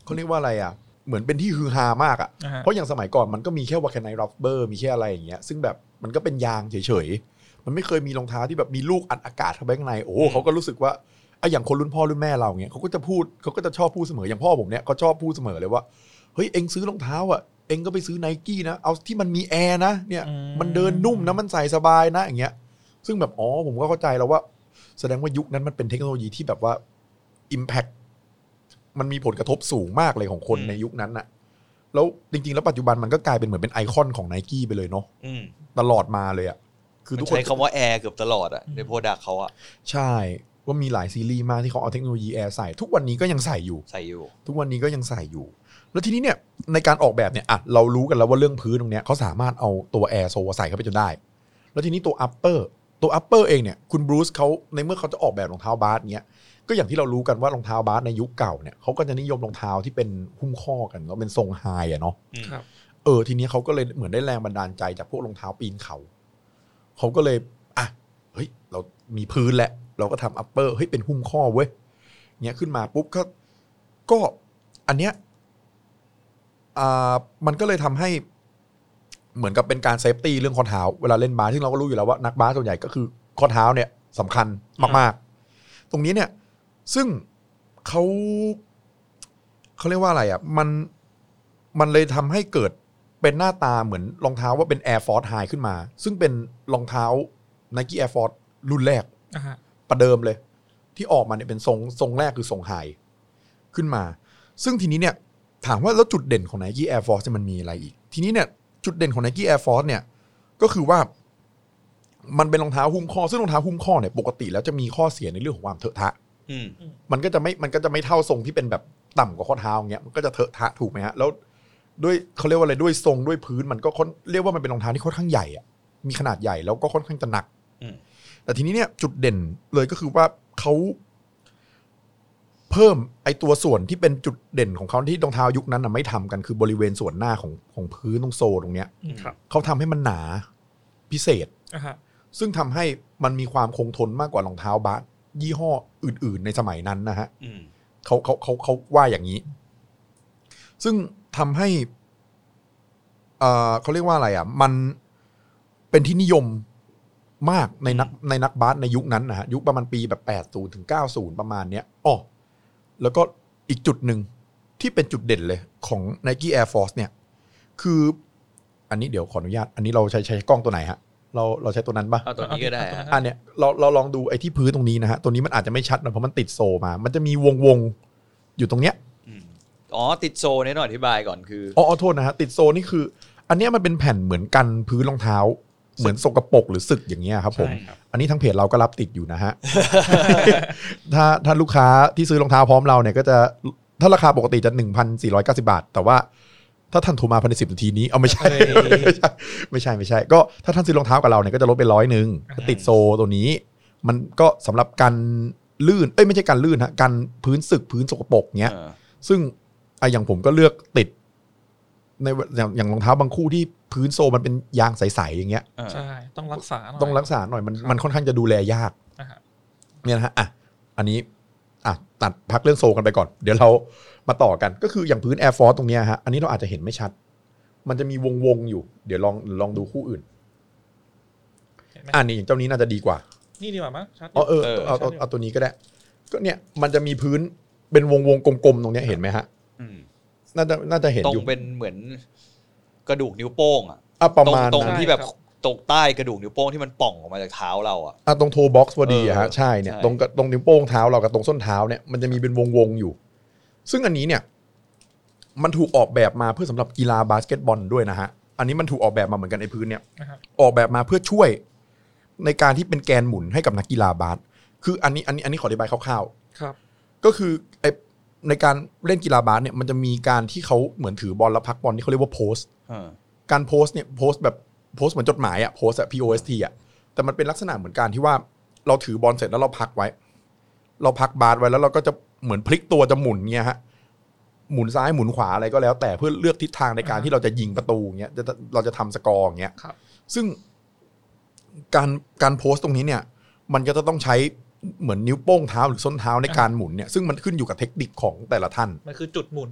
Speaker 2: เขาเรียกว่าอะไรอ่ะเหมือนเป็นที่ฮือฮามากอ่ะเพราะอย่างสมัยก่อนมันก็มีแค่วาแคนไนท์รับเบอร์มีแค่อะไรอย่างเงี้ยซึ่งแบบมันก็เป็นยางเฉยๆมันไม่เคยมีรองเท้าที่แบบมีลูกอัดอากาศเข้าไปข้างในโอ้เขาก็รู้สึกว่าไอ้อย่างคนรุ่นพ่อรุ่นแม่เราเงี้ยเขาก็จะพูดเขาก็จะชอบพูดเสมออย่างพ่อผมเนี่ยเขาชอบพูดเสมอเลยว่าเฮ้ยเอ็งซื้อรองเท้าอ่ะเอ็งก็ไปซื้อไนกี้นะเอาที่มันมีแอร์นะเนี่ยมันเดินนุ่มนะมันใส่สบายนะอย่างเงี้ยซึ่งแบบอ๋อผมก็เข้าใจแล้วว่าแสดงว่ายุคนั้นมันเป็นเทคโนโลยีที่แบบว่า impact มันมีผลกระทบสูงมากเลยของคนในยุคนั้นน่ะแล้วจริงๆแล้วปัจจุบันมันก็กลายเป็นเหมือนเป็นไอคอนของ Nike ไปเลยเนาะตลอดมาเลยอ่ะ
Speaker 4: คือทุกคนใช้คำว่าแอร์เกือบตลอดอ่ะในโปรดักต์เขาอ่ะ
Speaker 2: ใช่ว่ามีหลายซีรีส์มากที่เขาเอาเทคโนโลยีแอร์ใส่ทุกวันนี้ก็ยังใส่อยู่
Speaker 4: ใส่อยู่
Speaker 2: ทุกวันนี้ก็ยังใส่อยู่แล้วทีนี้เนี่ยในการออกแบบเนี่ยอ่ะเรารู้กันแล้วว่าเรื่องพื้นตรงเนี้ยเขาสามารถเอาตัวแอร์โซใส่เข้าไปจนได้แล้วทีนี้ตัวอัปเปอร์ตัวอัปเปอร์เองเนี่ยคุณบรูซเขาในเมื่อเขาจะออกแบบรองเท้าบาสเนี้ยก็อย่างที่เรารู้กันว่ารองเท้าบาสในยุคเก่าเนี่ยเขาก็จะนิยมรองเท้าที่เป็นหุ้มข้อกันแล้วเป็นทรงไฮอ่ะเนาะเออทีนี้เขาก็เลยเหมือนได้แรงบันดาลใจจากพวกรองเท้าปีนเขาเขาก็เลยอ่ะเฮ้ยเรามีพื้นแหละเราก็ทำอัปเปอร์เฮ้ยเป็นหุ้มข้อเว้ยเนี้ยขึ้นมาปุ๊บก็ก็อันเนี้ยอ่ามันก็เลยทำให้เหมือนกับเป็นการเซฟตี้เรื่องข้อเท้าเวลาเล่นบาสที่เราก็รู้อยู่แล้วว่านักบาสส่วนใหญ่ก็คือข้อเท้าเนี่ยสำคัญมากๆตรงนี้เนี่ยซึ่งเขาเขาเรียกว่าอะไรอ่ะมันมันเลยทำให้เกิดเป็นหน้าตาเหมือนรองเท้าว่าเป็น Air Force High ขึ้นมาซึ่งเป็นรองเท้า Nike Air Force รุ่นแรกประเดิมเลยที่ออกมาเนี่ยเป็นทรงทรงแรกคือทรง High ขึ้นมาซึ่งทีนี้เนี่ยถามว่าแล้วจุดเด่นของ Nike Air Force มันมีอะไรอีกทีนี้เนี่ยจุดเด่นของ Nike Air Force เนี่ยก็คือว่ามันเป็นรองเท้าหุ้มข้อซึ่งรองเท้าหุ้มข้อเนี่ยปกติแล้วจะมีข้อเสียในเรื่องของความเถอะทะมันก็จะไม่มันก็จะไม่เท่าทรงที่เป็นแบบต่ำกว่าข้อเท้าอย่างเงี้ยมันก็จะเถอะทะถูกไหมฮะแล้วด้วยเขาเรียกว่าอะไรด้วยทรงด้วยพื้นมันก็เรียกว่ามันเป็นรองเท้าที่ค่อนข้างใหญ่อะมีขนาดใหญ่แล้วก็ค่อนข้างจะหนักแต่ทีนี้เนี่ยจุดเด่นเลยก็คือว่าเขาเพิ่มไอตัวส่วนที่เป็นจุดเด่นของเขาที่รองเท้ายุคนั้นน่ะไม่ทำกันคือบริเวณส่วนหน้าของของพื้นตรงโซตรงเนี้ยเขาทำให้มันหนาพิเศษซึ่งทำให้มันมีความคงทนมากกว่ารองเท้าบาสยี่ห้ออื่นๆในสมัยนั้นนะฮะเขาเขาเขาเขาว่าอย่างนี้ซึ่งทำให้เอ่อเขาเรียกว่าอะไรอ่ะมันเป็นที่นิยมมากในนักในนักบาสในยุคนั้นนะฮะยุคประมาณปีแบบแปดสิบถึงเก้าสิบประมาณเนี้ยอ๋อแล้วก็อีกจุดหนึ่งที่เป็นจุดเด่นเลยของ Nike Air Force เนี่ยคืออันนี้เดี๋ยวขออนุญาตอันนี้เราใช้ใช้กล้องตัวไหนฮะเราเราใช้ตัวนั้นปะ
Speaker 4: เอาตัวนี้ก็ได้
Speaker 2: อันเนี้ยเราเราลองดูไอ้ที่พื้นตรงนี้นะฮะตัวนี้มันอาจจะไม่ชัดนะเพราะมันติดโซมามันจะมีวงวงอยู่ตรงเนี้ย
Speaker 4: อ๋อติดโซนี่หน่อยอธิบายก่อนคือ
Speaker 2: อ๋อโทษนะฮะติดโซนี่คืออันเนี้ยมันเป็นแผ่นเหมือนกันพื้นรองเท้าเหมือนสกปรกหรือสึกอย่างเงี้ยครับผมอันนี้ทั้งเพจเราก็รับติดอยู่นะฮะ ถ้าถ้าลูกค้าที่ซื้อรองเท้าพร้อมเราเนี่ยก็จะถ้าราคาปกติจะ หนึ่งพันสี่ร้อยเก้าสิบบาทแต่ว่าถ้าท่านโทรมาภายในสิบนาทีนี้เอาไม่ใช่ ไม่ใช่ไม่ใช่ก็ถ้าท่านซื้อรองเท้ากับเราเนี่ยก็จะลดไปร้อยนึงติดโซตัวนี้มันก็สำหรับกันลื่นเอ้ยไม่ใช่กันลื่นฮะกันพื้นสึกพื้นสกปรกเงี้ยซึ่งไอ้อย่างผมก็เลือกติดในอย่างอย่างรองเท้าบางคู่ที่พื้นโซมันเป็นยางใสๆอย่างเงี้ย
Speaker 3: ใช่ต้องรักษา
Speaker 2: ต้องรักษาหน่อยมันมันค่อนข้างจะดูแลยากเนี่ยนะฮะอ่ะอันนี้อ่ะตัดพักเรื่องโซกันไปก่อนเดี๋ยวเรามาต่อกันก็คืออย่างพื้น Air Force ตรงเนี้ยฮะอันนี้เราอาจจะเห็นไม่ชัดมันจะมีวงๆอยู่เดี๋ยวลองลองดูคู่อื่นอันนี้อย่างเจ้านี้น่าจะดีกว่า
Speaker 3: นี่ดีกว่ามั้ยชัด
Speaker 2: อ๋อเออเอาเอาเอาตัวนี้ก็ได้ก็เนี่ยมันจะมีพื้นเป็นวงๆกลมๆตรงเนี้ยเห็นไหมฮะน่าจะน่าจะเห็นอยู่
Speaker 4: ตรงเป็นเหมือนกระดูกนิ้วโป้งอ่ะ
Speaker 2: ประมาณ
Speaker 4: ตรงที่แบบตรงใต้กระดูกนิ้วโป้งที่มันป่องออกมาจากเท้าเราอ่ะ
Speaker 2: อ่ะตรงโทบ็อกซ์พอดีฮะใช่เนี่ยตรงตรงนิ้วโป้งเท้าเรากับตรงส้นเท้าเนี่ยมันจะมีเป็นวงๆอยู่ซึ่งอันนี้เนี่ยมันถูกออกแบบมาเพื่อสำหรับกีฬาบาสเกตบอลด้วยนะฮะอันนี้มันถูกออกแบบมาเหมือนกันไอ้พื้นเนี่ยออกแบบมาเพื่อช่วยในการที่เป็นแกนหมุนให้กับนักกีฬาบาสคืออันนี้อันนี้อันนี้ขออธิบายคร่าว
Speaker 3: ๆครับ
Speaker 2: ก็คือไอ้ในการเล่นกีฬาบาสเนี่ยมันจะมีการที่เขาเหมือนถือบอลแล้วพักบอลที่เขาเรียกว่าโพสต์การโพสต์เนี่ยโพสต์แบบโพสต์เหมือนจดหมายอะโพสต์อะ P O S T อะแต่มันเป็นลักษณะเหมือนการที่ว่าเราถือบอลเสร็จแล้วเราพักไว้เราพักบาสไว้แล้วเราก็จะเหมือนพลิกตัวจะหมุนเงี้ยฮะหมุนซ้ายหมุนขวาอะไรก็แล้วแต่เพื่อเลือกทิศทางในการที่เราจะยิงประตูเงี้ยเราจะทำสกอร์เงี้ยซึ่งการการโพสต์ตรงนี้เนี่ยมันก็จะต้องใช้เหมือนนิ้วโป้งเท้าหรือส้นเท้าในการหมุนเนี่ยซึ่งมันขึ้นอยู่กับเทคนิคของแต่ละท่าน
Speaker 3: มันคือจุดหมุน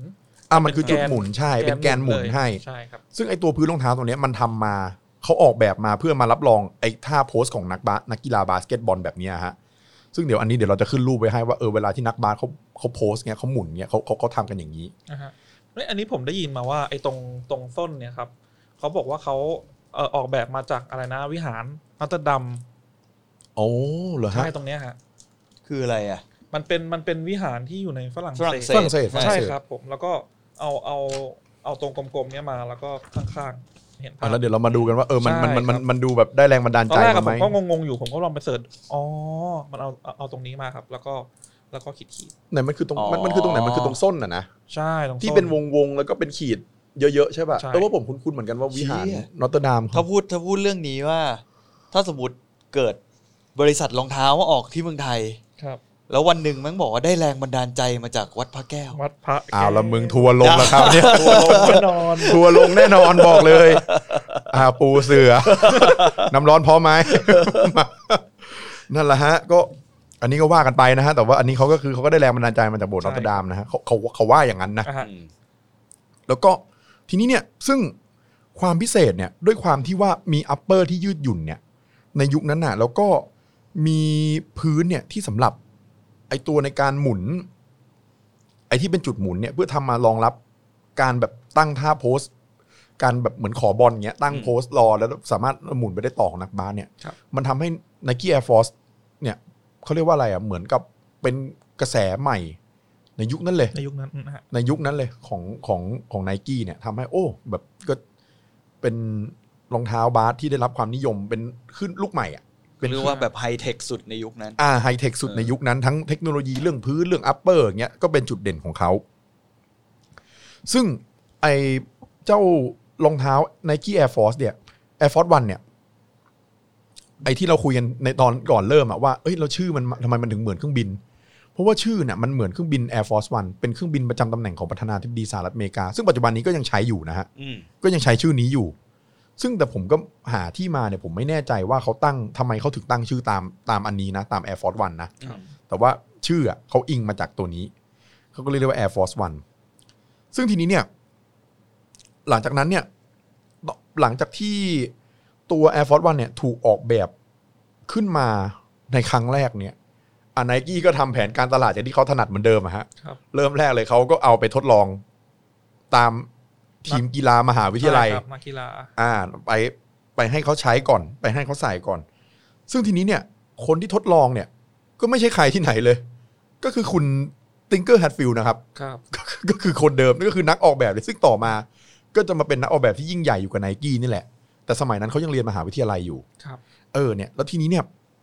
Speaker 2: อ่ะมันคือจุดหมุนใช่เป็นแกนหมุนให้
Speaker 3: ใช่ครับ
Speaker 2: ซึ่งไอ้ตัวพื้นรองเท้าตรงนี้มันทำมาเขาออกแบบมาเพื่อมารับรองไอ้ท่าโพสของนักบาสนักกีฬาบาสเกตบอลแบบนี้ฮะซึ่งเดี๋ยวอันนี้เดี๋ยวเราจะขึ้นรูปไว้ให้ว่าเออเวลาที่นักบาสเขาเขาโพสเงี้ยเขาหมุนเงี้ยเขาเขาเขาทำกันอย่างนี้
Speaker 3: อ่าฮะอันนี้ผมได้ยินมาว่าไอ้ตรงตรงส้นเนี่ยครับเขาบอกว่าเขาเอ่อออกแบบมาจากอะไรนะวิหารนอตเตอร์ดัม
Speaker 2: โอ้เหรอฮะ
Speaker 3: ใช่ตรงเนี้ยฮะ
Speaker 4: คืออะไรอ่ะ
Speaker 3: มันเป็นมันเป็นวิหารที่อยู่ในฝรั่งเศส
Speaker 2: ฝรั่งเศส
Speaker 3: ใช่ครับผมแล้วก็เอาเอาเอาตรงกลมๆเนี้ยมาแล้วก็ข้างๆเห็นภาพ
Speaker 2: แล้วเดี๋ยวเรามาดูกันว่าเออมันมันมันมันดูแบบได้แรงบันดาลใจ
Speaker 3: ไหมผมก็งงๆอยู่ผมก็ลองไปเสิร์ชอ๋อมันเอาเอาตรงนี้มาครับแล้วก็แล้วก็ขีดขีด
Speaker 2: ไหนมันคือตรงมันมันคือตรงไหนมันคือตรงส้นอ่ะนะ
Speaker 3: ใช่ตรง
Speaker 2: ที่เป็นวงๆแล้วก็เป็นขีดเยอะๆใช่ป่ะแต่ว่าผมคุ้นๆเหมือนกันว่าวิหารนอตเตอร์ดาม
Speaker 4: ถ้าพูดถ้าพูดเรื่องนี้ว่าถ้าสมมติเกิดบริษัทรองเท้ามาออกที่เมืองไทย
Speaker 3: ครับ
Speaker 4: แล้ววันหนึ่งมันบอกว่าได้แรงบันดาลใจมาจากวัดพระแก้ว
Speaker 3: วัดพระ
Speaker 2: อ้าวแล้วมึงทัวร์ลงแล้วครับเนี่ย
Speaker 3: ทัวร์ลงแน่นอน
Speaker 2: ทัวร์ลงแน่นอนบอกเลยอ่าปูเสือน้ำร้อนพอไหมนั่นแหละฮะก็อันนี้ก็ว่ากันไปนะฮะแต่ว่าอันนี้เขาก็คือเขาก็ได้แรงบันดาลใจมาจากโบสถ์นอตเตอร์ดามนะฮะเขาเขาเขาว่าอย่างนั้นนะแล้วก็ทีนี้เนี่ยซึ่งความพิเศษเนี่ยด้วยความที่ว่ามีอัปเปอร์ที่ยืดหยุ่นเนี่ยในยุคนั้นน่ะแล้วก็มีพื้นเนี่ยที่สำหรับไอตัวในการหมุนไอที่เป็นจุดหมุนเนี่ยเพื่อทำมารองรับการแบบตั้งท่าโพสการแบบเหมือนขอบอลเงี้ยตั้งโพสรอแล้วสามารถหมุนไปได้ต่อของนักบาสเนี่ยมันทำให้ Nike Air Force เนี่ยเขาเรียกว่าอะไรอ่ะเหมือนกับเป็นกระแสใหม่ในยุคนั้นเลย
Speaker 3: ในยุคนั้น
Speaker 2: ในยุคนั้นเลยของของของ Nike เนี่ยทำให้โอ้แบบก็เป็นรองเท้าบาสที่ได้รับความนิยมเป็นขึ้นลูกใหม่อ่ะ
Speaker 4: เป็นเรียกว่าแบบไฮเทคสุดในยุคนั้น
Speaker 2: อ่าไฮเทคสุดในยุคนั้นทั้งเทคโนโลยีเรื่องพื้นเรื่องอัปเปอร์อย่างเงี้ยก็เป็นจุดเด่นของเขาซึ่งไอเจ้ารองเท้า Nike Air Force เนี่ย Air Force วันเนี่ยไอที่เราคุยกันในตอนก่อนเริ่มอะว่าเอ้ยเราชื่อมันทำไมมันถึงเหมือนเครื่องบินเพราะว่าชื่อเนี่ยมันเหมือนเครื่องบิน Air Force วันเป็นเครื่องบินประจำตำแหน่งของประธานาธิบดีสหรัฐอเมริกาซึ่งปัจจุบันนี้ก็ยังใช้อยู่นะฮะก็ยังใช้ชื่อนี้อยู่ซึ่งแต่ผมก็หาที่มาเนี่ยผมไม่แน่ใจว่าเขาตั้งทำไมเขาถึงตั้งชื่อตามตามอันนี้นะตาม Air Force วันนะแต่ว่าชื่ออ่ะเขาอิงมาจากตัวนี้เขาก็เรียกว่า Air Force วันซึ่งทีนี้เนี่ยหลังจากนั้นเนี่ยหลังจากที่ตัว Air Force วันเนี่ยถูกออกแบบขึ้นมาในครั้งแรกเนี่ยอ่ะ Nike ก็ทำแผนการตลาดอย่างที่เขาถนัดเหมือนเดิมอะฮะเริ่มแรกเลยเขาก็เอาไปทดลองตามทีมกีฬามหาวิทยาลัย
Speaker 3: นักกีฬา
Speaker 2: อ่าไปไปให้เขาใช้ก่อนไปให้เขาใส่ก่อนซึ่งทีนี้เนี่ยคนที่ทดลองเนี่ยก็ไม่ใช่ใครที่ไหนเลยก็คือคุณติงเกอร์แฮตฟิลด์นะครับ
Speaker 3: ครับ
Speaker 2: ก็คือคนเดิมก็คือนักออกแบบเลยซึ่งต่อมาก็จะมาเป็นนักออกแบบที่ยิ่งใหญ่อยู่กับ Nike นี่แหละแต่สมัยนั้นเขายังเรียนมหาวิทยาลัยอยู่
Speaker 3: ครับ
Speaker 2: เออเนี่ยแล้วทีนี้เนี่ย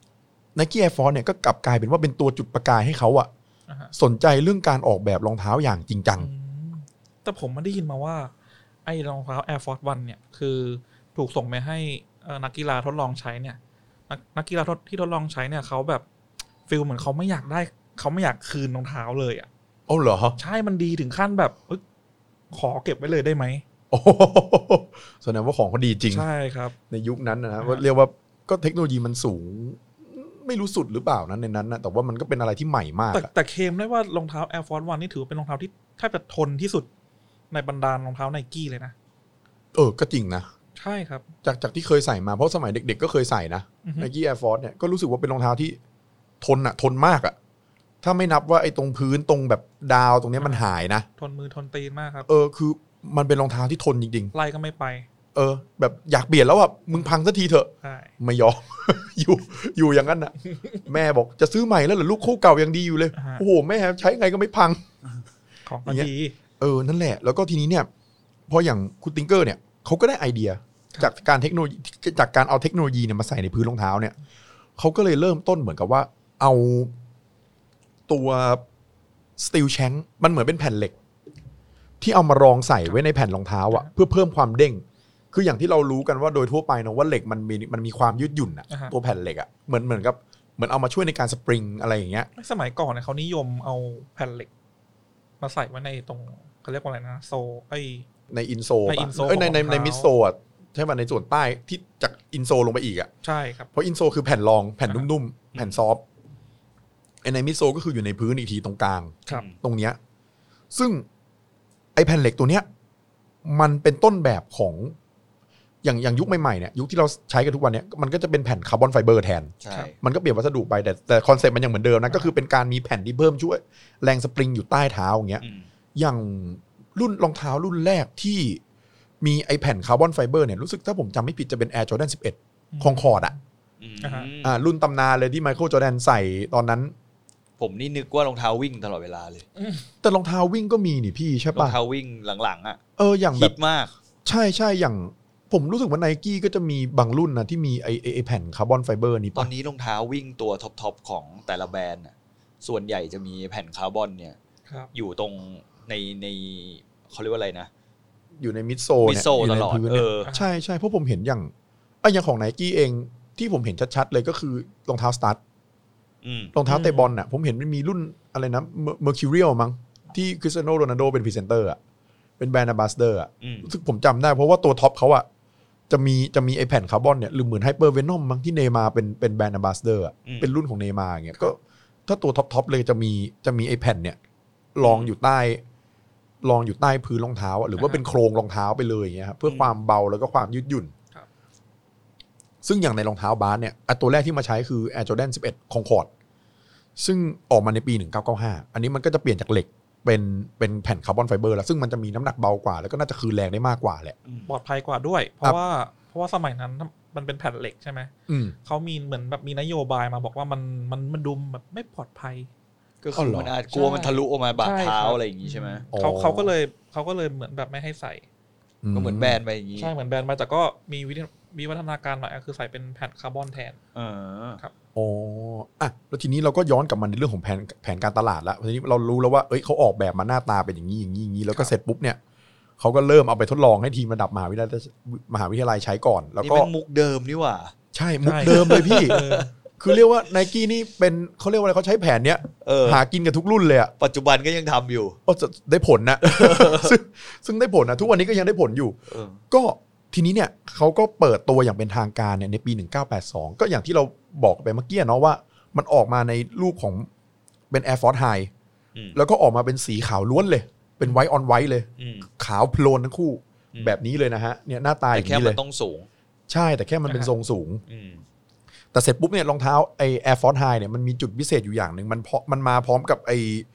Speaker 2: Nike Air Force เนี่ยก็กลับกลายเป็นว่าเป็นตัวจุดประกายให้เขาอะสนใจเรื่องการออกแบบรองเท้าอย่างจริงจัง
Speaker 3: แต่ผมไม่ได้ยินมาว่าไอ้รองเท้า Air Force วันเนี่ยคือถูกส่งไปให้นักกีฬาทดลองใช้เนี่ยนักนักกีฬาที่ทดลองใช้เนี่ยเขาแบบฟีลเหมือนเขาไม่อยากได้เขาไม่อยากคืนรองเท้าเลยอ่ะ
Speaker 2: โอ้เหรอ
Speaker 3: ใช่มันดีถึงขั้นแบบขอเก็บไว้เลยได้ไหม
Speaker 2: โอ้แสดงว่าของเขาดีจริง
Speaker 3: ใช่ครับ
Speaker 2: ในยุคนั้นนะว่าเรียกว่าก็เทคโนโลยีมันสูงไม่รู้สุดหรือเปล่านั้นในนั้นนะแต่ว่ามันก็เป็นอะไรที่ใหม่มาก
Speaker 3: แต่แต่เคลมได้ว่ารองเท้า Air Force วันนี่ถือเป็นรองเท้าที่แทบจะทนที่สุดในบรรดารองเท้า Nike เลยนะ
Speaker 2: เออก็จริงนะ
Speaker 3: ใช่ครับ
Speaker 2: จากจากที่เคยใส่มาเพราะสมัยเด็กๆก็เคยใส่นะ Nike Air Force เนี่ยก็รู้สึกว่าเป็นรองเท้าที่ทนอะทนมากอะถ้าไม่นับว่าไอ้ตรงพื้นตรงแบบดาวตรงนี้มันหายนะ
Speaker 3: ทนมือทนตีนมากครับ
Speaker 2: เออคือมันเป็นรองเท้าที่ทนจริง
Speaker 3: ๆไล่ก็ไม่ไป
Speaker 2: เออแบบอยากเปลี่ยนแล้วอ่ะมึงพังสักทีเถอะไม่ยอม อยู่อยู่อย่างนั้นน่ะแม่บอกจะซื้อใหม่แล้วเหรอลูกคู่เก่ายังดีอยู่เลยโอ้โหแม่ใช้ไงก็ไม่พัง
Speaker 3: ของดี
Speaker 2: เออนั่นแหละแล้วก็ทีนี้เนี่ยพออย่างคุณติงเกอร์เนี่ยเขาก็ได้ไอเดียจากการเทคโนโลยีจากการเอาเทคโนโลยีเนี่ยมาใส่ในพื้นรองเท้าเนี่ยเขาก็เลยเริ่มต้นเหมือนกับว่าเอาตัวสตีลแชงค์มันเหมือนเป็นแผ่นเหล็กที่เอามารองใส่ไว้ในแผ่นรองเท้าอ่ะเพื่อเพิ่มความเด้งคืออย่างที่เรารู้กันว่าโดยทั่วไปนะว่าเหล็กมันมีมันมีความยืดหยุ่นอ่ะตัวแผ่นเหล็กอ่ะเหมือนเหมือนกับเหมือนเอามาช่วยในการสปริงอะไรอย่างเงี้ย
Speaker 3: สมัยก่อนเนี่ยเขานิยมเอาแผ่นเหล็กมาใส่ไว้ในตรงเขาเรียกว่าอะไรนะโซไอ
Speaker 2: ในอินโซป่ะเอ้ยในในในมิดโซอ่ะใช่ป่ะในส่วนใต้ที่จากอินโซลงไปอีกอ่ะ
Speaker 3: ใช่ครับ
Speaker 2: เพราะอินโซคือแผ่นรองแผ่นนุ่มๆแผ่นซอฟต์ไอในมิดโซก็คืออยู่ในพื้นอีกทีตรงกลางตรงเนี้ยซึ่งไอแผ่นเหล็กตัวเนี้ยมันเป็นต้นแบบของอย่างอย่างยุคใหม่ๆเนี่ยยุคที่เราใช้กันทุกวันเนี้ยมันก็จะเป็นแผ่นคาร์บอนไฟเบอร์แทนใช่มันก็เปลี่ยนวัสดุไปแต่แต่คอนเซ็ปต์มันยังเหมือนเดิมนะก็คือเป็นการมีแผ่นที่เพิ่มช่วยแรงสปริงอยู่ใต้เท้าอย่างเงี้ยอย่างรุ่นรองเท้ารุ่นแรกที่มีไอแผ่นคาร์บอนไฟเบอร์เนี่ยรู้สึกถ้าผมจำไม่ผิดจะเป็น Air Jordan สิบเอ็ดคองคอร์ดอ่ะอ่ารุ่นตำนานเลยที่ไมเคิลจอร์แดนใส่ตอนนั้น
Speaker 4: ผมนี่นึกว่ารองเท้าวิ่งตลอดเวลาเลย
Speaker 2: แต่รองเท้าวิ่งก็มีนี่พี่ใช่
Speaker 4: รอ
Speaker 2: ปะ
Speaker 4: งเท้าวิ่งหลังๆอ่ะ
Speaker 2: เอออย่างแบบ
Speaker 4: มาก
Speaker 2: ใช่ใช่อย่างผมรู้สึกว่า Nike ก็จะมีบางรุ่นนะที่มีไอไอแผ่นคาร์บอนไฟเบอร์นี้
Speaker 4: ตอนนี้รองเท้าวิ่งตัวท็อปๆของแต่ละแบรนด์ส่วนใหญ่จะมีแผ่นคาร์บอนเนี่ยอยู่ตรงในในเขาเรียกว่าอะไรนะ
Speaker 2: อยู่ในมิดโซ
Speaker 4: เนี่ยอยู่ในพื้น
Speaker 2: เออใช่ใช่เพราะผมเห็นอย่างไออย่างของ Nike เองที่ผมเห็นชัดๆเลยก็คือรองเท้าสตาร์ทรองเท้าเตะบอลน่ะผมเห็นมันมีรุ่นอะไรนะเมอร์คิวเรียลมั้งที่คริสเตียโนโรนัลโดเป็นพรีเซนเตอร์อ่ะเป็นแบรนด์แอมบาสเดอร์อ่ะรู้สึกผมจำได้เพราะว่าตัวท็อปเขาอ่ะจะมีจะมีไอแผ่นคาร์บอนเนี่ยหรือเหมือนไฮเปอร์เวนอมมั้งที่เนย์มาร์เป็นเป็นแบรนด์แอมบาสเดอร์อ่ะเป็นรุ่นของเนย์มาร์อย่างเงี้ยก็ถ้าตัวท็อปท็อปเลยจะมีจะมีไอแผ่นเนี่ยรองอยู่ใต้รองอยู่ใต้พื้นรองเท้าหรือว่าเป็นโครงรองเท้าไปเลยอย่างเงี้ยครับเพื่อความเบาแล้วก็ความยืดหยุ่นซึ่งอย่างในรองเท้าบาสเนี่ยตัวแรกที่มาใช้คือ Air Jordan สิบเอ็ด Concord ซึ่งออกมาในปีหนึ่งพันเก้าร้อยเก้าสิบห้าอันนี้มันก็จะเปลี่ยนจากเหล็กเป็นเป็นแผ่นคาร์บอนไฟเบอร์แล้วซึ่งมันจะมีน้ำหนักเบากว่าแล้วก็น่าจะคืนแรงได้มากกว่าแหละ
Speaker 3: ปลอดภัยกว่าด้วยเพราะว่าเพราะว่าสมัยนั้นมันเป็นแผ่นเหล็กใช่ไหมเขามีเหมือนแบบมีนโยบายมาบอกว่ามันมันมันดูแบบไม่ปลอดภัย
Speaker 4: ก็คือมันอาจกลัวมันทะลุออกมาบาดเท้าอะไรอย่างงี้ใช่ไหม
Speaker 3: เขาเขาก็เลยเขาก็เลยเหมือนแบบไม่ให้ใส่
Speaker 4: ก็เหมือนแบนไปอย่างงี้
Speaker 3: ใช่เหมือนแบนไปแต่ก็มีวิธีมีวัฒนาการใหม่คือใส่เป็นแผ่นคาร์บอนแทน
Speaker 4: อ่า
Speaker 3: ครับ
Speaker 2: อ๋ออ่ะแล้วทีนี้เราก็ย้อนกลับมาในเรื่องของแผนแผนการตลาดแล้วทีนี้เรารู้แล้วว่าเอ้ยเขาออกแบบมาหน้าตาเป็นอย่างนี้อย่างนี้อย่างนี้แล้วก็เสร็จปุ๊บเนี่ยเขาก็เริ่มเอาไปทดลองให้ทีมระดับมหาวิทยาลัยมหาวิทยาลัยใช้ก่อนแล้วก็
Speaker 4: นี่เป็นมุกเดิมนี่หว่า
Speaker 2: ใช่มุกเดิมเลยพี่คือเรียกว่า Nike นี่เป็นเขาเรียกว่าอะไรเขาใช้แผนเนี้ยหากินกับทุกรุ่นเลยอะ
Speaker 4: ปัจจุบันก็ยังทำอยู่
Speaker 2: ก็จะได้ผลนะ ซึ่งซึ่งได้ผลนะทุกวันนี้ก็ยังได้ผลอยู่ก็ทีนี้เนี่ยเขาก็เปิดตัวอย่างเป็นทางการเนี่ยในปีหนึ่งพันเก้าร้อยแปดสิบสองก็อย่างที่เราบอกไปเมื่อกี้เนาะว่ามันออกมาในรูปของเป็น Air Force High แล้วก็ออกมาเป็นสีขาวล้วนเลยเป็นไวท์ออนไวท์เลยขาวโพลนทั้งคู่แบบนี้เลยนะฮะเนี่ยหน้าตาอย่างนี้เลย
Speaker 4: แต่แค่มันต้องสูง
Speaker 2: ใช่แต่แค่มันเป็นทรงสูงแต่เสร็จปุ๊บเนี่ยรองเท้าไอ Air Force High เนี่ยมันมีจุดพิเศษอยู่อย่างหนึ่งมันมันมาพร้อมกับไอ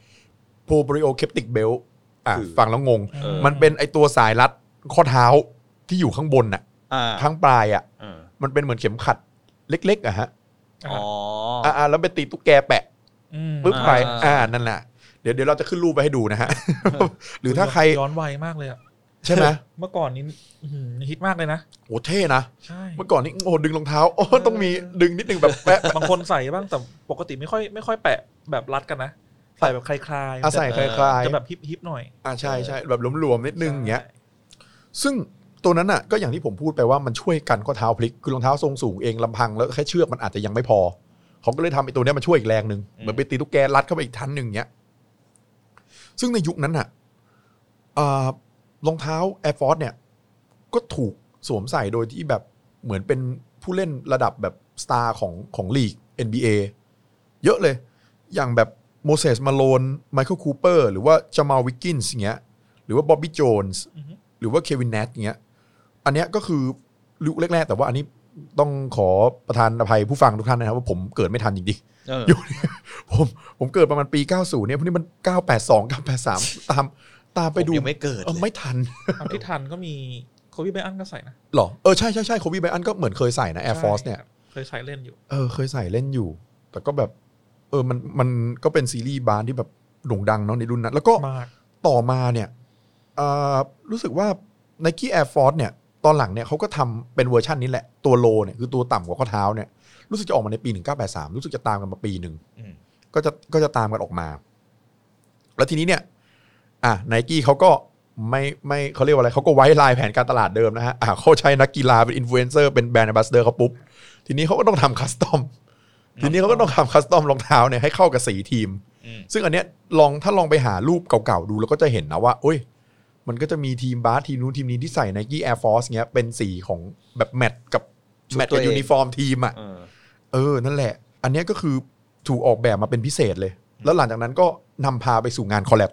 Speaker 2: Proprioceptic Belt อ่ะฟังแล้วงงมันเป็นไอตัวสายรัดข้อเท้าที่อยู่ข้างบนน่ะข้างปลายอ่ะมันเป็นเหมือนเข็มขัดเล็กๆอ่ะฮะ
Speaker 4: อ๋อ
Speaker 2: อ่าแล้วไปตีตุ๊กแกแปะปึ๊บไปอ่านั่นแหละเดี๋ยวเดี๋ยวเราจะขึ้นรูปไปให้ดูนะฮะหรือถ้าใคร
Speaker 3: ย้อนวัยมากเลยอ่ะ
Speaker 2: ใช่ไหม
Speaker 3: เมื่อก่อนนี้ฮิตมากเลยนะ
Speaker 2: โอ้เท่นะ
Speaker 3: ใช่
Speaker 2: เมื่อก่อนนี้โอ้ดึงรองเท้าโอ้ต้องมีดึงนิดนึงแบบแปะ
Speaker 3: บางคนใส่บ้างแต่ปกติไม่ค่อยไม่ค่อยแปะแบบรัดกันนะใส่แบบคลาย
Speaker 2: ๆอ่ะใส่คลาย
Speaker 3: ๆจะแบบฮิปๆหน่อย
Speaker 2: อ่ะใช่ใช่แบบหลวมๆนิดนึงอย่างเงี้ยซึ่งตัวนั้นอ่ะก็อย่างที่ผมพูดไปว่ามันช่วยกันข้อเท้าพลิกคือรองเท้าทรงสูงเองลำพังแล้วแค่เชือกมันอาจจะยังไม่พอเขาก็เลยทำไอ้ตัวนี้มาช่วยอีกแรงนึงเหมือนไปตีตุ๊กแกรัดเข้าไปอีกชั้นนึงเงี้ยซึ่งในยุคนั้นอ่ะรองเท้า Air Force เนี่ยก็ถูกสวมใส่โดยที่แบบเหมือนเป็นผู้เล่นระดับแบบสตาร์ของของลีก เอ็น บี เอ เยอะเลยอย่างแบบโมเสสมาโลนไมเคิลคูเปอร์หรือว่าจามาลวิกกินส์เงี้ยหรือว่าบ๊อบบี้โจนส์หรือว่าเควินเนทเงี้ยอันเนี้ยก็คือยุคแรกๆแต่ว่าอันนี้ต้องขอประทานอภัยผู้ฟังทุกท่านนะครับว่าผมเกิดไม่ทันจริงๆยุคนี้ผมผมเกิดประมาณปีเก้าสิบเนี่ยพวกนี้มันเก้าแปดสอง เก้าแปดสามตามตามไปดู
Speaker 4: ไม่เกิด
Speaker 2: เออไม่ทัน
Speaker 3: ที่ทันก็มีโคบีไบอันก็ใส่นะ
Speaker 2: หรอเออใช่ใช่ใช่โคบีไบอันก็เหมือนเคยใส่นะ Air Force เนี่ย
Speaker 3: เคยใส่เล่นอยู่
Speaker 2: เออเคยใส่เล่นอยู่แต่ก็แบบเออมันมันก็เป็นซีรีส์บาสที่แบบโด่งดังเนาะในรุ่นนั้นแล้วก็ต่อมาเนี่ยรู้สึกว่า Nike Air Force เนี่ยตอนหลังเนี่ยเขาก็ทำเป็นเวอร์ชันนี้แหละตัวโลเนี่ยคือตัวต่ำกว่าข้อเท้าเนี่ยรู้สึกจะออกมาในปีหนึ่งพันเก้าร้อยแปดสิบสามรู้สึกจะตามกันมาปีหนึ่งก็จะก็จะตามกันออกมาแล้วทีนี้เนี่ยอ่ะ Nike เขาก็ไม่ไม่เขาเรียกว่าอะไรเขาก็ไว้ลายแผนการตลาดเดิมนะฮะอ่ะเขาใช้นักกีฬาเป็นอินฟลูเอนเซอร์เป็นแบรนด์แอมบาสเดอร์เขาปุ๊บทีนี้เขาก็ต้องทำคัสตอมทีนี้เขาก็ต้องทำคัสตอมรองเท้าเนี่ยให้เข้ากับสีทีมซึ่งอันเนี้ยลองถ้าลองไปหารูปเก่าๆดูแล้วก็จะเห็นนะว่าโอ้ยมันก็จะมีทีมบาสทีมนู้นทีมนี้ที่ใส่ Nike Air Force เงี้ยเป็นสีของแบบแมทกับแมทกับยูนิฟอร์มทีมอ่ะเออนั่นแหละอันนี้ก็คือถูกออกแบบมาเป็นพิเศษเลยแล้วหลังจากนั้นก็นำพาไปสู่งานคอลแลบ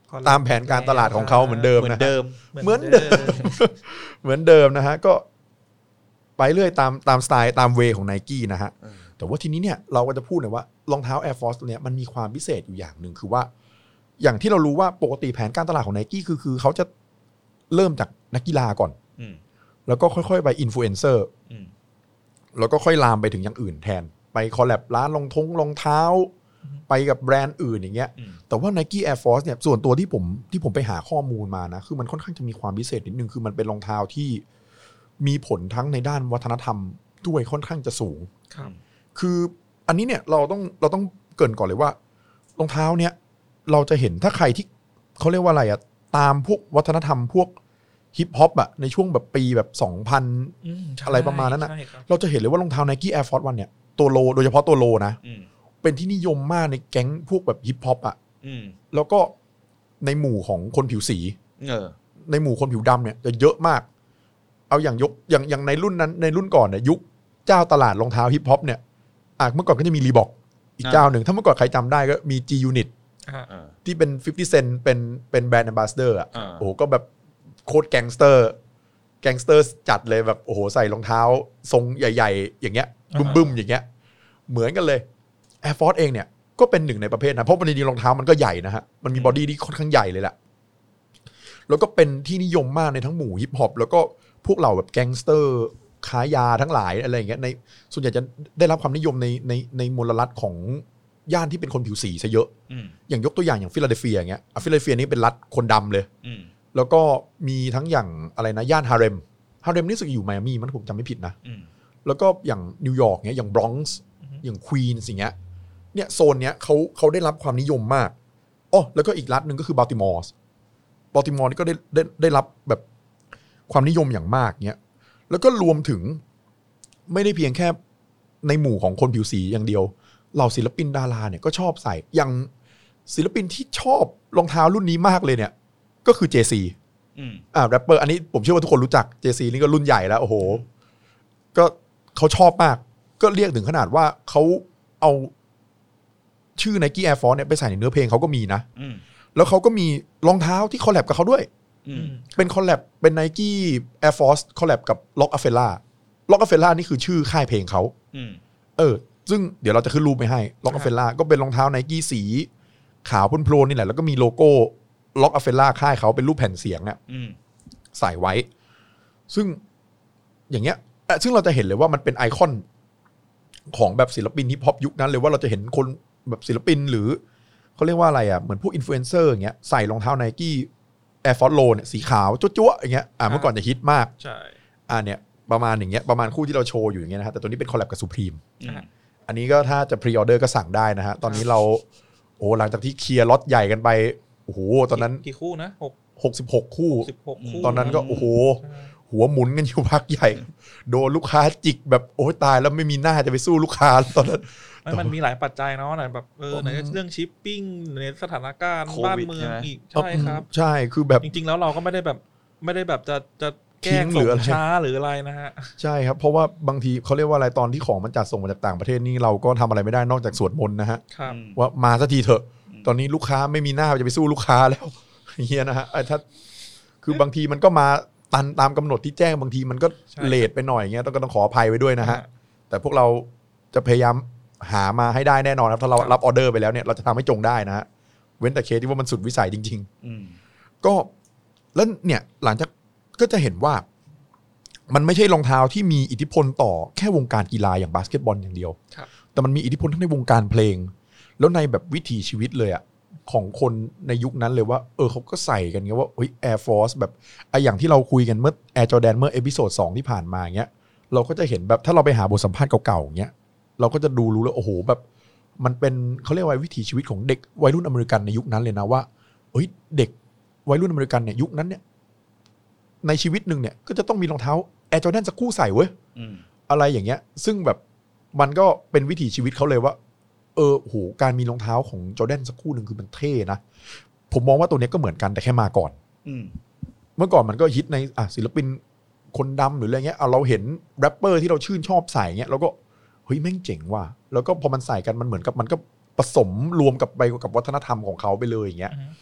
Speaker 2: ตามแผนการตลาดของเขาเหมือนเดิม
Speaker 4: เหมือ
Speaker 2: นะ
Speaker 4: นเดิม
Speaker 2: เหมือนเดิมเหมือนเดิมนะฮะก็ไปเรื่อยตามตามสไตล์ตามเวของ Nike นะฮะแต่ว่าทีนี้เนี่ยเราก็จะพูดหน่อยว่ารองเท้า Air Force ตัวเนี้ยมันมีความพิเศษอยู่อย่างหนึ่งคือว่าอย่างที่เรารู้ว่าปกติแผนการตลาดของ Nike คือคือเขาจะเริ่มจากนักกีฬาก่อนแล้วก็ค่อยๆไปอินฟลูเอนเซอร์แล้วก็ค่อยลามไปถึงอย่างอื่นแทนไปคอลแลบร้านรองทงรองเท้าไปกับแบรนด์อื่นอย่างเงี้ยแต่ว่า Nike Air Force เนี่ยส่วนตัวที่ผมที่ผมไปหาข้อมูลมานะคือมันค่อนข้างจะมีความพิเศษนิดนึงคือมันเป็นรองเท้าที่มีผลทั้งในด้านวัฒนธรรมด้วยค่อนข้างจะสูง
Speaker 3: ครับ
Speaker 2: คืออันนี้เนี่ยเราต้องเราต้องเกริ่นก่อนเลยว่ารองเท้าเนี่ยเราจะเห็นถ้าใครที่เขาเรียกว่าอะไรอะตามพวกวัฒนธรรมพวกฮิปฮอปอะในช่วงแบบปีแบบสองพันอะไรประมาณนั้นนะเราจะเห็นเลยว่ารองเท้า Nike Air Force วันเนี่ยตัวโลโดยเฉพาะตัวโลนะเป็นที่นิยมมากในแก๊งพวกแบบฮิปฮอปอะแล้วก็ในหมู่ของคนผิวสีในหมู่คนผิวดำเนี่ยจะเยอะมากเอาอย่างยกอย่างอย่างในรุ่นนั้นในรุ่นก่อนเนี่ยยุคเจ้าตลาดรองเท้าฮิปฮอปเนี่ยอ่ะเมื่อก่อนก็จะมีรีบอกอีกเจ้าหนึ่งถ้าเมื่อก่อนใครจำได้ก็มี G Unit ที่เป็นห้าสิบ Cent เป็นเป็นแบรนด์แอมบาสเดอร์อ่ะโอ้โหก็แบบโคตรแก๊งสเตอร์แก๊งสเตอร์จัดเลยแบบโอ้โหใส่รองเท้าทรงใหญ่ๆอย่างเงี้ยบึ้มๆอย่างเงี้ยเหมือนกันเลย Air Force เองเนี่ยก็เป็นหนึ่งในประเภทนะเพราะมันจริงๆรองเท้ามันก็ใหญ่นะฮะมันมีบอดี้ที่ค่อนข้างใหญ่เลยแหละแล้วก็เป็นที่นิยมมากในทั้งหมู่ฮิปฮอปแล้วก็พวกเราแบบแก๊งสเตอร์ค้ายาทั้งหลายอะไรอย่างเงี้ยในส่วนใหญ่จะได้รับความนิยมในในในมลรัฐของย่านที่เป็นคนผิวสีซะเยอะอย่างยกตัวอย่างอย่างฟิลาเดลเฟียอย่างเงี้ยฟิลาเดลเฟียนี่เป็นรัฐคนดำเลยแล้วก็มีทั้งอย่างอะไรนะย่านฮาเร็มฮาเร็มนี่รู้สึกอยู่ไมอามี่มันผมจำไม่ผิดนะแล้วก็อย่างนิวยอร์กเนี้ยอย่างบรอนซ์อย่างควีนส์อย่างเงี้ยเนี่ยโซนเนี้ยเขาเขาได้รับความนิยมมากอ๋อแล้วก็อีกรัฐนึงก็คือบัลติมอร์บัลติมอร์นี่ก็ได้ได้ได้รับแบบความนิยมอย่างมากเนี้ยแล้วก็รวมถึงไม่ได้เพียงแค่ในหมู่ของคนผิวสีอย่างเดียวเหล่าศิลปินดาราเนี่ยก็ชอบใส่อย่างศิลปินที่ชอบรองเท้ารุ่นนี้มากเลยเนี่ยก็คือ เจ ซี อืมอ่าแรปเปอร์อันนี้ผมเชื่อว่าทุกคนรู้จัก เจ ซี นี่ก็รุ่นใหญ่แล้วโอ้โหก็เขาชอบมากก็เรียกถึงขนาดว่าเขาเอาชื่อ Nike Air Force เนี่ยไปใส่ในเนื้อเพลงเขาก็มีนะแล้วเขาก็มีรองเท้าที่คอลแลบกับเขาด้วยเป็นคอลแลบเป็น Nike Air Force คอลแลบกับ Rockefeller Rockefeller นี่คือชื่อค่ายเพลงเขาเออซึ่งเดี๋ยวเราจะขึ้นรูปไปให้ Rockefeller ก็เป็นรองเท้า Nike สีขาวพ่นโพลนนี่แหละแล้วก็มีโลโก้ Rockefeller ค่ายเขาเป็นรูปแผ่นเสียงเนี่ยใส่ไว้ซึ่งอย่างเงี้ยซึ่งเราจะเห็นเลยว่ามันเป็นไอคอนของแบบศิลปินฮิปฮอปยุคนั้นเลยว่าเราจะเห็นคนแบบศิลปินหรือเขาเรียกว่าอะไรอ่ะเหมือนพวกอินฟลูเอนเซอร์อย่างเงี้ยใส่รองเท้า Nike Air Force Low เนี่ยสีขาวจั๊วๆอย่างเงี้ยอ่าเมื่อก่อนจะฮิตมาก
Speaker 3: ใช่
Speaker 2: อ่าเนี่ยประมาณอย่างเงี้ยประมาณคู่ที่เราโชว์อยู่อย่างเงี้ยนะฮะแต่ตัวนี้เป็นคอลแลบกับ Supreme อันนี้ก็ถ้าจะพรีออเดอร์ก็สั่งได้นะฮะตอนนี้เราโอ้หลังจากที่เคลียร์ล็อตใหญ่กันไปโอ้โหตอนนั้น
Speaker 3: กี่คู่นะหก
Speaker 2: หกสิบหกคู่ตอนนั้นก็โอ้โหหัวหมุนกันอยู่พักใหญ่โดนลูกค้าจิกแบบโอ้ยตายแล้วไม่มีหน้าจะไปสู้ลูกค้าตอนนั้น
Speaker 3: มันมีหลายปัจจัยเนาะไหนแบบเออไหนเรื่องชิปปิ้งในสถานการณ์บ้านเมืองอีกใช่ครับ
Speaker 2: ใช่คือแบบ
Speaker 3: จริงๆแล้วเราก็ไม่ได้แบบไม่ได้แบบจะจะแก้ส่งช้าหรืออะไรนะฮะ
Speaker 2: ใช่ครับเพราะว่าบางทีเขาเรียกว่าอะไรตอนที่ของมันจัดส่งมาจากต่างประเทศนี่เราก็ทำอะไรไม่ได้นอกจากสวดมนต์นะฮะว่ามาสักทีเถอะตอนนี้ลูกค้าไม่มีหน้าจะไปสู้ลูกค้าแล้วเฮียนะฮะไอ้ถ้าคือบางทีมันก็มาตันตามกำหนดที่แจ้งบางทีมันก็เลทไปหน่อยเงี้ยต้องก็ต้องขออภัยไว้ด้วยนะฮะแต่พวกเราจะพยายามหามาให้ได้แน่นอนครับถ้าเรารับออเดอร์ไปแล้วเนี่ยเราจะทำให้จงได้นะฮะเว้นแต่เคสที่ว่ามันสุดวิสัยจริงๆก็แล้วเนี่ยหลังจากก็จะเห็นว่ามันไม่ใช่รองเท้าที่มีอิทธิพลต่อแค่วงการกีฬาอย่างบาสเกตบอลอย่างเดียวแต่มันมีอิทธิพลทั้งในวงการเพลงแล้วในแบบวิถีชีวิตเลยอะของคนในยุคนั้นเลยว่าเออเขาก็ใส่กันเงี้ยว่าเฮ้ย Air Force แบบไออย่างที่เราคุยกันเมื่อ Air Jordan เมื่อเอพิโซดสองที่ผ่านมาเงี้ยเราก็จะเห็นแบบถ้าเราไปหาบทสัมภาษณ์เก่าๆเงี้ยเราก็จะดูรู้แล้วโอ้โหแบบมันเป็นเขาเรียกว่าวิถีชีวิตของเด็กวัยรุ่นอเมริกันในยุคนั้นเลยนะว่าเฮ้ยเด็กวัยรุ่นอเมริกันเนี่ยยุคนั้นเนี่ยในชีวิตนึงเนี่ยก็จะต้องมีรองเท้า Air Jordan สักคู่ใส่เว้ยอะไรอย่างเงี้ยซึ่งแบบมันก็เป็นวิถีชีวิตเขาเลยว่าเออโหการมีรองเท้าของจอร์แดนสักคู่หนึ่งคือมันเท่นะผมมองว่าตัวนี้ก็เหมือนกันแต่แค่มาก่อนเมื่อก่อนมันก็ฮิตในอ่ะศิลปินคนดำหรืออะไรเงี้ยเอาเราเห็นแรปเปอร์ที่เราชื่นชอบใส่เงี้ยเราก็เฮ้ยแม่งเจ๋งว่ะแล้วก็พอมันใส่กันมันเหมือนกับมันก็ผสมรวมกับไปกับวัฒนธรรมของเขาไปเลยอย่างเงี้ย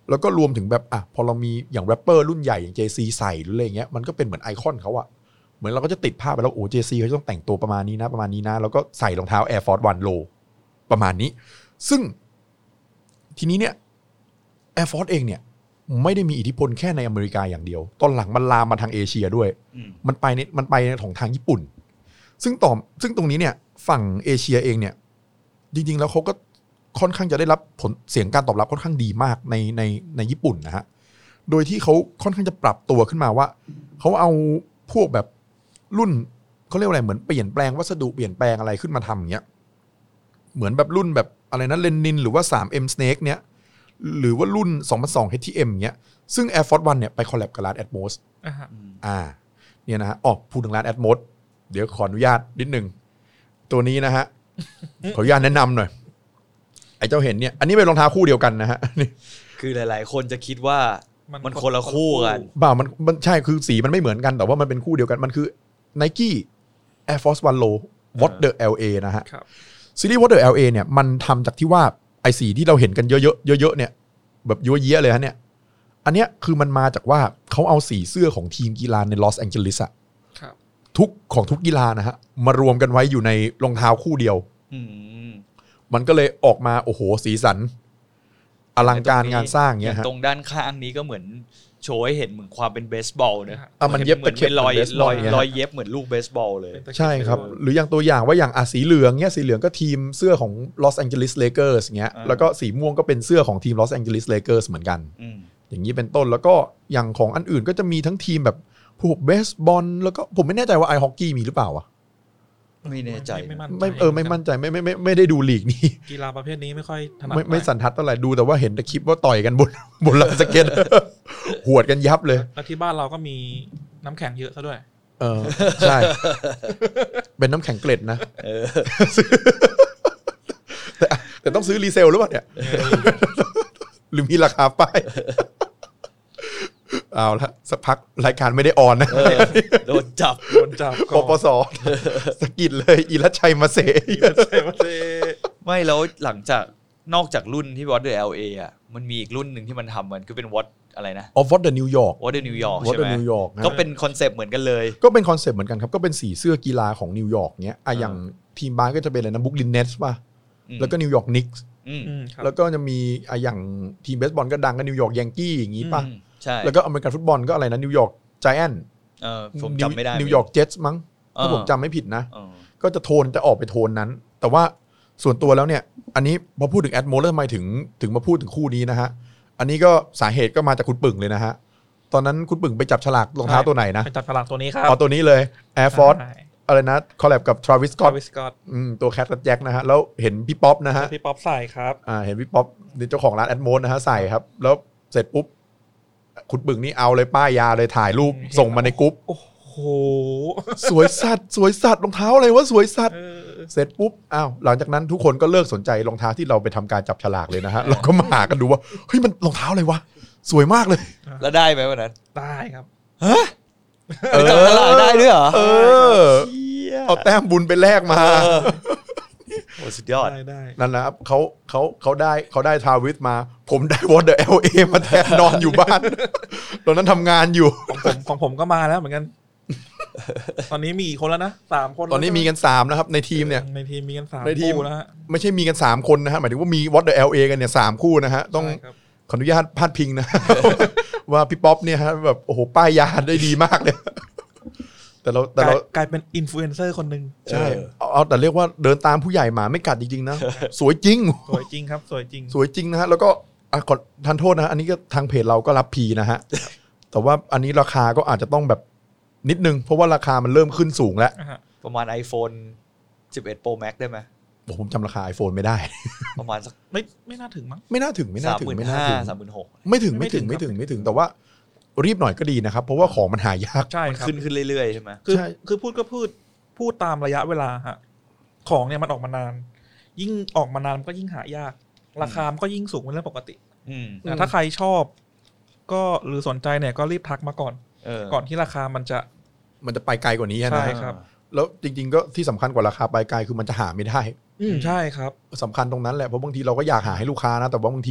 Speaker 2: แล้วก็รวมถึงแบบอ่ะพอเรามีอย่างแรปเปอร์รุ่นใหญ่อย่าง เจ ซี ใส่หรืออะไรเงี้ยมันก็เป็นเหมือนไอคอนเขาอะเหมือนเราก็จะติดภาพไปแล้วโอ้ เจ ซี เขาต้องแต่งตัวประมาณนี้นะประมาณนี้นะแล้วก็ใส่รองเท้า Air Force One Low ประมาณนี้ซึ่งทีนี้เนี่ย Air Force เองเนี่ยไม่ได้มีอิทธิพลแค่ในอเมริกาอย่างเดียวตอนหลังมันลามมาทางเอเชียด้วยมันไปในมันไปในของทางญี่ปุ่นซึ่งต่อซึ่งตรงนี้เนี่ยฝั่งเอเชียเองเนี่ยจริงๆแล้วเขาก็ค่อนข้างจะได้รับผลเสียงการตอบรับค่อนข้างดีมากในในในญี่ปุ่นนะฮะโดยที่เขาค่อนข้างจะปรับตัวขึ้นมาว่าเขาเอาพวกแบบรุ่นเขาเรียกว่าอะไรเหมือนเปลี่ยนแปลงวัสดุเปลี่ยนแปลงอะไรขึ้นมาทำอย่างเงี้ยเหมือนแบบรุ่นแบบอะไรนะเลนินหรือว่า ทรี เอ็ม Snake เนี้ยหรือว่ารุ่น สองพันสอง เอช ที เอ็ม เงี้ยซึ่ง Air Force One เนี่ยไปคอลแลบกับร้าน Atmos
Speaker 3: อ่าฮะ
Speaker 2: อ่าเนี่ยนะฮะอ๋อพูดถึงร้าน Atmos เดี๋ยวขออนุญาตนิดนึงตัวนี้นะฮะ ขออนุญาตแนะนำหน่อยไอ้เจ้าเห็นเนี่ยอันนี้เป็นรองเท้าคู่เดียวกันนะฮะนี่
Speaker 4: คือหลายๆคนจะคิดว่ามันคนละคู่กัน
Speaker 2: บ่ามันมันใช่คือสีมันไม่เหมือนกันแต่ว่ามันเป็นคู่เดียวกันมันคือ Nike Air Force One Low Water แอล เอ นะฮะซีรีส์ Water แอล เอ เนี่ยมันทำจากที่ว่าไอ้สีที่เราเห็นกันเยอะๆเยอะๆเนี่ยแบบยั่วเยี้ยเลยฮะเนี่ยอันเนี้ยคือมันมาจากว่าเขาเอาสีเสื้อของทีมกีฬาในลอสแองเจลิสอะทุกของทุกกีฬานะฮะมารวมกันไว้อยู่ในรองเท้าคู่เดียวมันก็เลยออกมาโอ้โหสีสันอลังการงานสร้างเงี้ยฮะ
Speaker 4: ตรงด้านข้างนี้ก็เหมือนโชว์ให้เห็นเหมือนความเป็นเบสบอลนะ
Speaker 2: อ่ะมันเย็บเป็น
Speaker 4: รอยรอยรอยเย็บเหมือนลูกเบสบอลเลย
Speaker 2: ใช่ครับหรืออย่างตัวอย่างว่าอย่างอ่ะสีเหลืองเงี้ยสีเหลืองก็ทีมเสื้อของ Los Angeles Lakers เงี้ยแล้วก็สีม่วงก็เป็นเสื้อของทีม Los Angeles Lakers เหมือนกันอย่างนี้เป็นต้นแล้วก็อย่างของอันอื่นก็จะมีทั้งทีมแบบพวกเบสบอลแล้วก็ผมไม่แน่ใจว่าไอฮอกกี้มีหรือเปล่าวะ
Speaker 4: ไม่แน่ใจ
Speaker 2: ไม่เออไม่มั่นใจไม่ไม่ไม่ไม่ได้ดูลีกนี้
Speaker 3: กีฬาประเภทนี้ไม่ค่อยถนัด
Speaker 2: ไม่ไม่สันทัดเท่าไหร่ดูแต่ว่าเห็นแต่คลิปว่าต่อยกันบนบนลานสเก็ตหวดกันยับเลย
Speaker 3: แล้วที่บ้านเราก็มีน้ำแข็งเยอะซะด้วย
Speaker 2: เออใช่เป็นน้ำแข็งเกล็ดนะแต่แต่ต้องซื้อรีเซลหรือเปล่าเนี่ยหรือมีราคาป้ายเอาละสักพักรายการไม่ได้ออนนะ
Speaker 4: โดนจับ
Speaker 3: โดนจับ
Speaker 2: ปปสสกิดเลยอีรัชชัยมาเส
Speaker 4: ไม่แล้วหลังจากนอกจากรุ่นที่ Water แอล เอ อ่ะมันมีอีกรุ่นหนึ่งที่มันทำมันคือเป็น What อะไรนะ
Speaker 2: อ๋อ Water New York
Speaker 4: Water New York ใช่ไหม
Speaker 2: New York
Speaker 4: ก็เป็นคอนเซปต์เหมือนกันเลย
Speaker 2: ก็เป็นคอนเซปต์เหมือนกันครับก็เป็นสีเสื้อกีฬาของนิวยอร์กเนี้ยอ่ะอย่างทีมบาสก็จะเป็นอะไรนะบุ๊กลินเนสป่ะแล้วก็นิวยอร์กนิกส์แล้วก็จะมีอ่ะอย่างทีมเบสบอลก็ดังก็นิวยอร์กยังกี้อย่างงี้ป่ะ
Speaker 4: ใช่
Speaker 2: แล้วก็อเมริกันฟุตบอลก็อะไรนะนิวยอร์กไจแอนท์
Speaker 4: เออผมจำไม่ได้
Speaker 2: นิวยอร์กเจ็ตส์มั้งถ้าผมจำไม่ผิดนะก็จะโทนจะออกไปโทนนั้นแต่ว่าส่วนตัวแล้วเนี่ยอันนี้พอพูดถึงแอดโมแล้วทำไมถึงถึงมาพูดถึงคู่นี้นะฮะอันนี้ก็สาเหตุก็มาจากคุณปึ่งเลยนะฮะตอนนั้นคุณปึ่งไปจับฉลากรองเท้าตัวไหนนะ
Speaker 3: ไปจับฉลากตัวนี้ครับ
Speaker 2: อ๋อตัวนี้เลย Air Force อะไรนะคอลแลบกับ Travis Scott
Speaker 3: Travis Scott
Speaker 2: อืมตัวแคทกับแจ็คนะฮะแล้วเห็นพี่ป๊อปนะฮะ
Speaker 3: พี่ป๊อปใส่ครับ
Speaker 2: อ่าเห็นพี่ป๊อปเจ้าของร้านแอดโมนะฮะใส่ครับแล้วเสร็จปุ๊บคุณปึ่งนี่เอาเลยป้ายยาเลยถ่ายรูปส่งมาในกรุ๊ป
Speaker 3: โอ้โห
Speaker 2: สวยสัตว์สวยสัตว์รองเท้าอะไรวะสวยสัตว์เสร็จปุ๊บอ้าวหลังจากนั้นทุกคนก็เลิกสนใจรองเท้าที่เราไปทำการจับฉลากเลยนะฮะเราก็มาหากันดูว่าเฮ้ยมันรองเท้าอะไรวะสวยมากเลย
Speaker 4: แล้วได้ไหมวันนั้น
Speaker 3: ได้ครับ
Speaker 4: ฮะจับฉลากได้ด้วยเหรอ
Speaker 2: เออเอาแต้มบุญไปแลกมา
Speaker 4: โอ้สุดยอด
Speaker 2: นั่นนะครับเขาเขาเขาได้เขาได้ทาวิสมาผมได้วอเตอร์ แอล เอ มาแทนนอนอยู่บ้านตอนนั้นทำงานอยู่
Speaker 3: ของผมของผมก็มาแล้วเหมือนกันตอนนี้มีคนแล้วนะสามคน
Speaker 2: ตอนนี้มีกันสามนะครับในทีมเนี่ย
Speaker 3: ในทีมมีกันสามคู่นะฮะ
Speaker 2: ไม่ใช่มีกันสามคนนะฮะหมายถึงว่ามีวอเตอร์ แอล เอ กันเนี่ยสามคู่นะฮะต้องขออนุญาตพาดพิงนะว่าพี่ป๊อปเนี่ยฮะแบบโอ้โหป้ายยาได้ดีมากเลยแต่เราแต่เรา
Speaker 3: กลายเป็นอินฟลูเอนเซอร์คนนึง
Speaker 2: ใช่เอาแต่เรียกว่าเดินตามผู้ใหญ่หมาไม่กัดจริงๆนะสวยจริง
Speaker 3: สวยจริงครับสวยจริง
Speaker 2: สวยจริงนะฮะแล้วก็ขอทันโทษนะอันนี้ก็ทางเพจเราก็รับพีนะฮะแต่ว่าอันนี้ราคาก็อาจจะต้องแบบนิดนึงเพราะว่าราคามันเริ่มขึ้นสูงแล้ว
Speaker 4: ประมาณ iPhone สิบเอ็ด Pro Max ได้ไหม
Speaker 2: ผมจำราคา iPhone ไม่ได้
Speaker 4: ประมาณสัก
Speaker 3: ไม่ไม่น่าถึงมั้ง
Speaker 2: ไม่น่าถึงไม่น่าถึงไม่น่า
Speaker 4: ถึง สามหมื่นห้า
Speaker 2: ไม่ถึงไม่ถึงไม่ถึงไม่ถึงแต่ว่ารีบหน่อยก็ดีนะครับเพราะว่าของมันหายาก
Speaker 3: ใช่ครับ
Speaker 4: ขึ้นขึ้นเรื่อยๆใช่ไหม
Speaker 3: คือคือพูดก็พูดพูดตามระยะเวลาฮะของเนี่ยมันออกมานานยิ่งออกมานานก็ยิ่งหายากราคามันก็ยิ่งสูงเป็นเรื่องปกติแต่ถ้าใครชอบก็หรือสนใจเนี่ยก็รีบทักมาก่อนก่อนที่ราคามันจะ
Speaker 2: มันจะไปไกลกว่านี้นะ
Speaker 3: ใช่ครับ
Speaker 2: แล้วจริงๆก็ที่สำคัญกว่าราคาไปไกลคือมันจะหาไม่ได้
Speaker 3: อืมใช่ครับ
Speaker 2: สำคัญตรงนั้นแหละเพราะบางทีเราก็อยากหาให้ลูกค้านะแต่ว่าบางที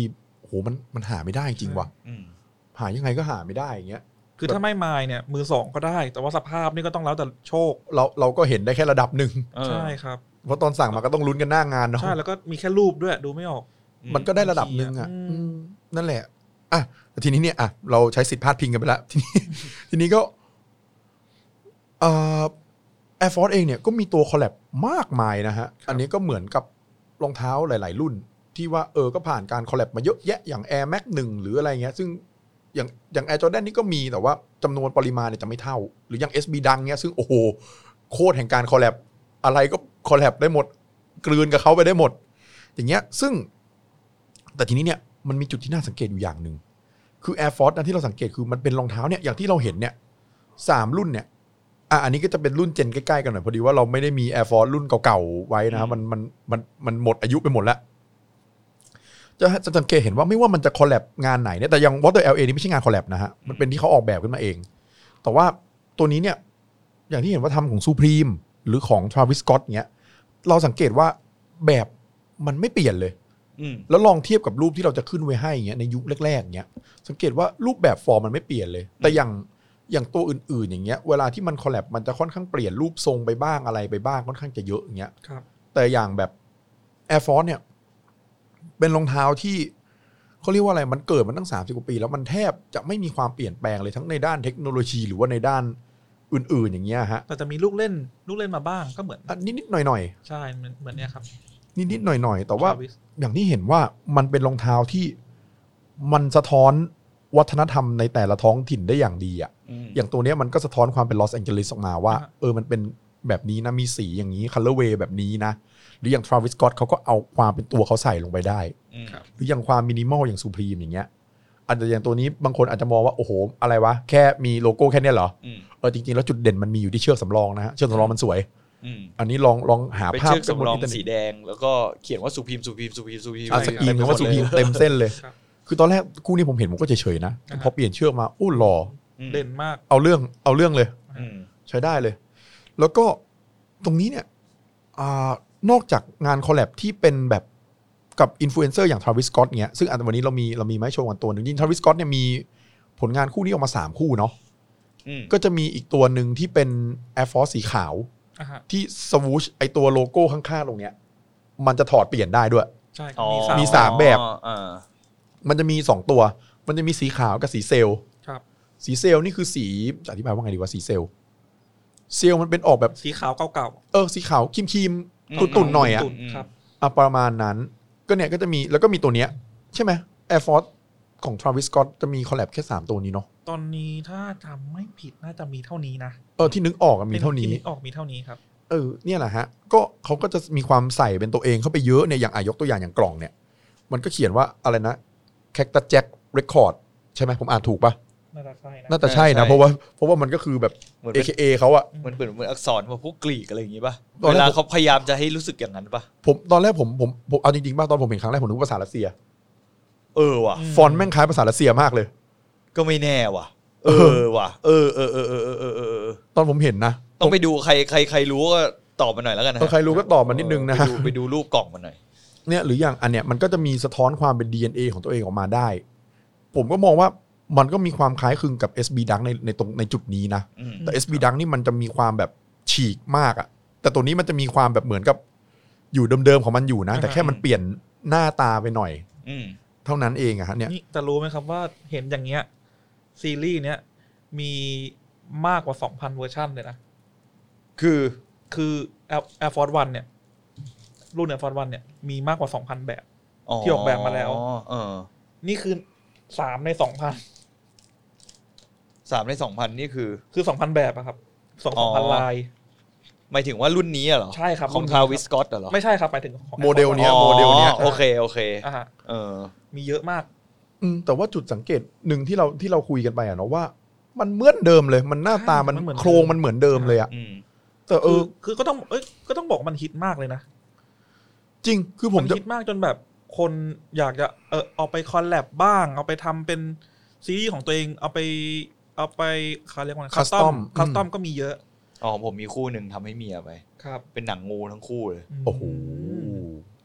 Speaker 2: โหมันมันหาไม่ได้จริงว่ะหายังไงก็หาไม่ได้อย่างเงี้ย
Speaker 3: คือถ้าไม่มายเนี่ยมือสองก็ได้แต่ว่าสภาพนี่ก็ต้องแล้วแต่โชค
Speaker 2: เราเราก็เห็นได้แค่ระดับหนึ่ง
Speaker 3: ใช่ครับ
Speaker 2: เพราะตอนสั่งมาก็ต้องลุ้นกันหน้างานเนาะ
Speaker 3: ใช่แล้วก็มีแค่รูปด้วยดูไม่ออก
Speaker 2: มันก็ได้ระดับหนึ่งอ่ะนั่นแหละอ่ะทีนี้เนี่ยอ่ะเราใช้สิทธิพาดพิงกันไปแล้วทีนี้ทีนี้ก็เอ่อ Air Force เองเนี่ยก็มีตัวคอลแลบมากมายนะฮะอันนี้ก็เหมือนกับรองเท้าหลายๆรุ่นที่ว่าเออก็ผ่านการคอลแลบมาเยอะแยะอย่าง Air Max หนึ่งหรืออะไรเงี้ยซึ่งอย่างอย่าง Air Jordan นี่ก็มีแต่ว่าจำนวนปริมาณเนี่ยจะไม่เท่าหรืออย่าง เอส บี Dunk เงี้ยซึ่งโอ้โหโคตรแห่งการคอลแลบอะไรก็คอลแลบได้หมดกลืนกับเขาไปได้หมดอย่างเงี้ยซึ่งแต่ทีนี้เนี่ยมันมีจุดที่น่าสังเกตอยู่อย่างหนึ่งคือ Air Force นั้นที่เราสังเกตคือมันเป็นรองเท้าเนี่ยอย่างที่เราเห็นเนี่ยสามรุ่นเนี่ยอ่ะอันนี้ก็จะเป็นรุ่นเจนใกล้ๆกันหน่อยพอดีว่าเราไม่ได้มี Air Force รุ่นเก่าๆไว้นะครับมันมันมันมันหมดอายุไปหมดแล้วจะจะสังเกตเห็นว่าไม่ว่ามันจะคอลแลบงานไหนเนี่ยแต่ยัง Water แอล เอ นี่ไม่ใช่งานคอลแลบนะฮะมันเป็นที่เขาออกแบบขึ้นมาเองแต่ว่าตัวนี้เนี่ยอย่างที่เห็นว่าทำของ Supreme หรือของ Travis Scott เงี้ยเราสังเกตว่าแบบมันไม่เปลี่ยนเลยแล้วลองเทียบกับรูปที่เราจะขึ้นไว้ให้เงี้ยในยุคแรกๆเงี้ยสังเกตว่ารูปแบบฟอร์มมันไม่เปลี่ยนเลยแต่อย่างอย่างตัวอื่นๆอย่างเงี้ยเวลาที่มันคอลแลบมันจะค่อนข้างเปลี่ยนรูปทรงไปบ้างอะไรไปบ้างค่อนข้างจะเยอะอย่างเงี้ยแต่อย่างแบบ Air Force เนี่ยเป็นรองเท้าที่เขาเรียกว่าอะไรมันเกิดมาตั้งสามสิบกว่าปีแล้วมันแทบจะไม่มีความเปลี่ยนแปลงเลยทั้งในด้านเทคโนโลยีหรือว่าในด้านอื่นๆอย่างเงี้ยฮะ
Speaker 3: แต่จะมีลูกเล่นลูกเล่นมาบ้างก็เหมือน
Speaker 2: นิดๆหน่อย
Speaker 3: ๆใช่เหมือนเหมือนเนี้ยครับ
Speaker 2: นิดๆหน่อยๆแต่ว่าอย่างที่เห็นว่ามันเป็นรองเท้าที่มันสะท้อนวัฒนธรรมในแต่ละท้องถิ่นได้อย่างดีอ่ะอย่างตัวเนี้ยมันก็สะท้อนความเป็นลอสแองเจลิสออกมาว่าเออมันเป็นแบบนี้นะมีสีอย่างนี้คัลเลอร์เวย์แบบนี้นะหรืออย่าง Travis Scott เขาก็เอาความเป็นตัวเขาใส่ลงไปได้หรืออย่างความมินิมอลอย่าง Supreme อย่างเงี้ยอาจจะอย่างตัวนี้บางคนอาจจะมองว่าโอ้โหอะไรวะแค่มีโลโก้แค่นี้เหรอเออจริงๆแล้วจุดเด่นมันมีอยู่ที่เชือกสำรองนะฮะเชือกสำรองมันสวยอันนี้ลองลองหาภาพ
Speaker 4: เป็นเชือกสำรองสีแดงแล้วก็เขียนว่า Supreme Supreme Supreme Supreme
Speaker 2: อ่ะสกรีนคำว่า Supreme เต็มเส้นเลยคือตอนแรกคู่นี้ผมเห็นผมก็เฉยๆนะพอเปลี่ยนเชือกมาอู้หล่อ
Speaker 3: เด่นมาก
Speaker 2: เอาเรื่องเอาเรื่องเลยใช้ได้เลยแล้วก็ตรงนี้เนี่ยนอกจากงานคอลแลบที่เป็นแบบกับอินฟลูเอนเซอร์อย่าง Travis Scott เงี้ยซึ่งอันวันนี้เรามีเรามีไม้โชว์กันตัวนึงจริง Travis Scott เนี่ยมีผลงานคู่นี้ออกมาสามคู่เนาะก็จะมีอีกตัวหนึ่งที่เป็น Air Force สีขาวที่สวูชไอตัวโลโก้ข้างๆตรงเนี้ยมันจะถอดเปลี่ยนได้ด้วย
Speaker 3: ใช่
Speaker 2: มีสามแบบมันจะมีสองตัวมันจะมีสีขาวกับสีเซล
Speaker 3: ครับ
Speaker 2: สีเซลนี่คือสีอธิบายว่าไงดีว่าสีเซลเซลมันเป็นออกแบบ
Speaker 3: สีขาวเก่า
Speaker 2: ๆเออสีขาวครีมๆตุ่นๆหน่อยอ่ะอ่ะประมาณนั้นก็เนี่ยก็จะมีแล้วก็มีตัวเนี้ยใช่ไหม Air Force ของ Travis Scott จะมีคอลแลบแค่สามตัวนี้เนาะ
Speaker 3: ตอนนี้ถ้าจำไม่ผิดน่าจะมีเท่านี้นะ
Speaker 2: เออที่นึกออกมีเท่านี้
Speaker 3: ที่นึกออกมีเท่านี้ครับ
Speaker 2: เออเนี่ยแหละฮะก็เขาก็จะมีความใส่เป็นตัวเองเข้าไปเยอะเนี่ยอย่างอายกตัวอย่างอย่างกล่องเนี่ยมันก็เขียนว่าอะไรนะ Cactus Jack Record ใช่ไหมผมอ่านถูกปะ
Speaker 3: น่าจะใช่นะ
Speaker 2: น่าจะใช่นะเพราะว่าเพราะว่ามันก็คือแบบ เอ เค เอ เขาอะ
Speaker 4: มันเหมือนเหมือนอักษรพวกกรีกอะไรอย่างงี้ป่ะเวลาเขาพยายามจะให้รู้สึกอย่างนั้นป่ะ
Speaker 2: ผมตอนแรกผมผมผมเอาจริงๆป่ะตอนผมเห็นครั้งแรกผมนึกภาษารัสเซีย
Speaker 4: เออว่ะ
Speaker 2: ฟอนต์แม่งคล้ายภาษารัสเซียมากเลย
Speaker 4: ก็ไม่แน่ว่ะเออว่ะเออเออเออเออเออเออ
Speaker 2: ตอนผมเห็นนะ
Speaker 4: ต้องไปดูใครใครใครรู้ก็ตอบมาหน่อยแล้วกันนะ
Speaker 2: ใครรู้ก็ตอบมานิดนึงนะ
Speaker 4: ไปดูรูปกล่องมาหน่อย
Speaker 2: เนี่ยหรืออย่างอันเนี้ยมันก็จะมีสะท้อนความเป็น ดี เอ็น เอ ของตัวเองออกมาได้ผมก็มองว่ามันก็มีความคล้ายคลึงกับ เอส บี Dunk ในในตรงในจุดนี้นะแต่ เอส บี Dunk นี่มันจะมีความแบบฉีกมากอะแต่ตัวนี้มันจะมีความแบบเหมือนกับอยู่เดิมๆของมันอยู่นะแต่แค่มันเปลี่ยนหน้าตาไปหน่อยเท่านั้นเองอะฮะเนี่ย
Speaker 3: นี่จะรู้ไหมครับว่าเห็นอย่างเงี้ยซีรีส์เนี้ยมีมากกว่า สองพัน เวอร์ชันเลยนะ
Speaker 2: คือ
Speaker 3: คือ Air Force วันเนี่ยรุ่น Air Force วันเนี่ยมีมากกว่า สองพัน แบบที่ออกแบบมาแล้ว
Speaker 4: เออ
Speaker 3: นี่คือสามใน สองพัน
Speaker 4: สามใน สองพัน นี่คือ
Speaker 3: คือ สองพัน แบบอะครับ สองพัน ลาย
Speaker 4: หมายถึงว่ารุ่นนี้เหรอ
Speaker 3: ใช่ครับ
Speaker 4: ของ Travis Scott เหรอ
Speaker 3: ไม่ใช่ครับหมายถึง
Speaker 2: โมเดลเนี้ยโมเดลเนี้ย
Speaker 4: โอเคโอเค
Speaker 3: อ่าเออมีเยอะมาก
Speaker 2: อืมแต่ว่าจุดสังเกตหนึ่งที่เราที่เราคุยกันไปอะเนาะว่ามันเหมือนเดิมเลยมันหน้าตามันโครงมันเหมือนเดิมเลยอะแต่เออ
Speaker 3: คือก็ต้องเอ้ยก็ต้องบอกมันฮิตมากเลยนะ
Speaker 2: จริงคือผม
Speaker 3: จะฮิตมากจนแบบคนอยากจะเออเอาไปคอลแลบบ้างเอาไปทำเป็นซีรีส์ของตัวเองเอาไปเอาไปเขาเรียกว่าคัสตอมคัสตอมก็มีเยอะ
Speaker 4: อ๋อผมมีคู่หนึ่งทำให้เมียไป
Speaker 3: ครับ
Speaker 4: เป็นหนังงูทั้งคู่เลย
Speaker 2: โอ้โห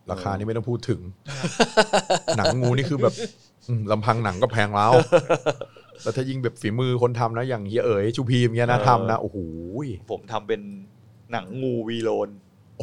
Speaker 2: ราคานี่ไม่ต้องพูดถึงหนังงูนี่คือแบบลำพังหนังก็แพงแล้วแล้วถ้ายิ่งแบบฝีมือคนทำนะอย่างเฮียเอ๋ยชูพีมเงี้ยนะทำนะโอ้โห
Speaker 4: ผมทำเป็นหนังงูวีโลน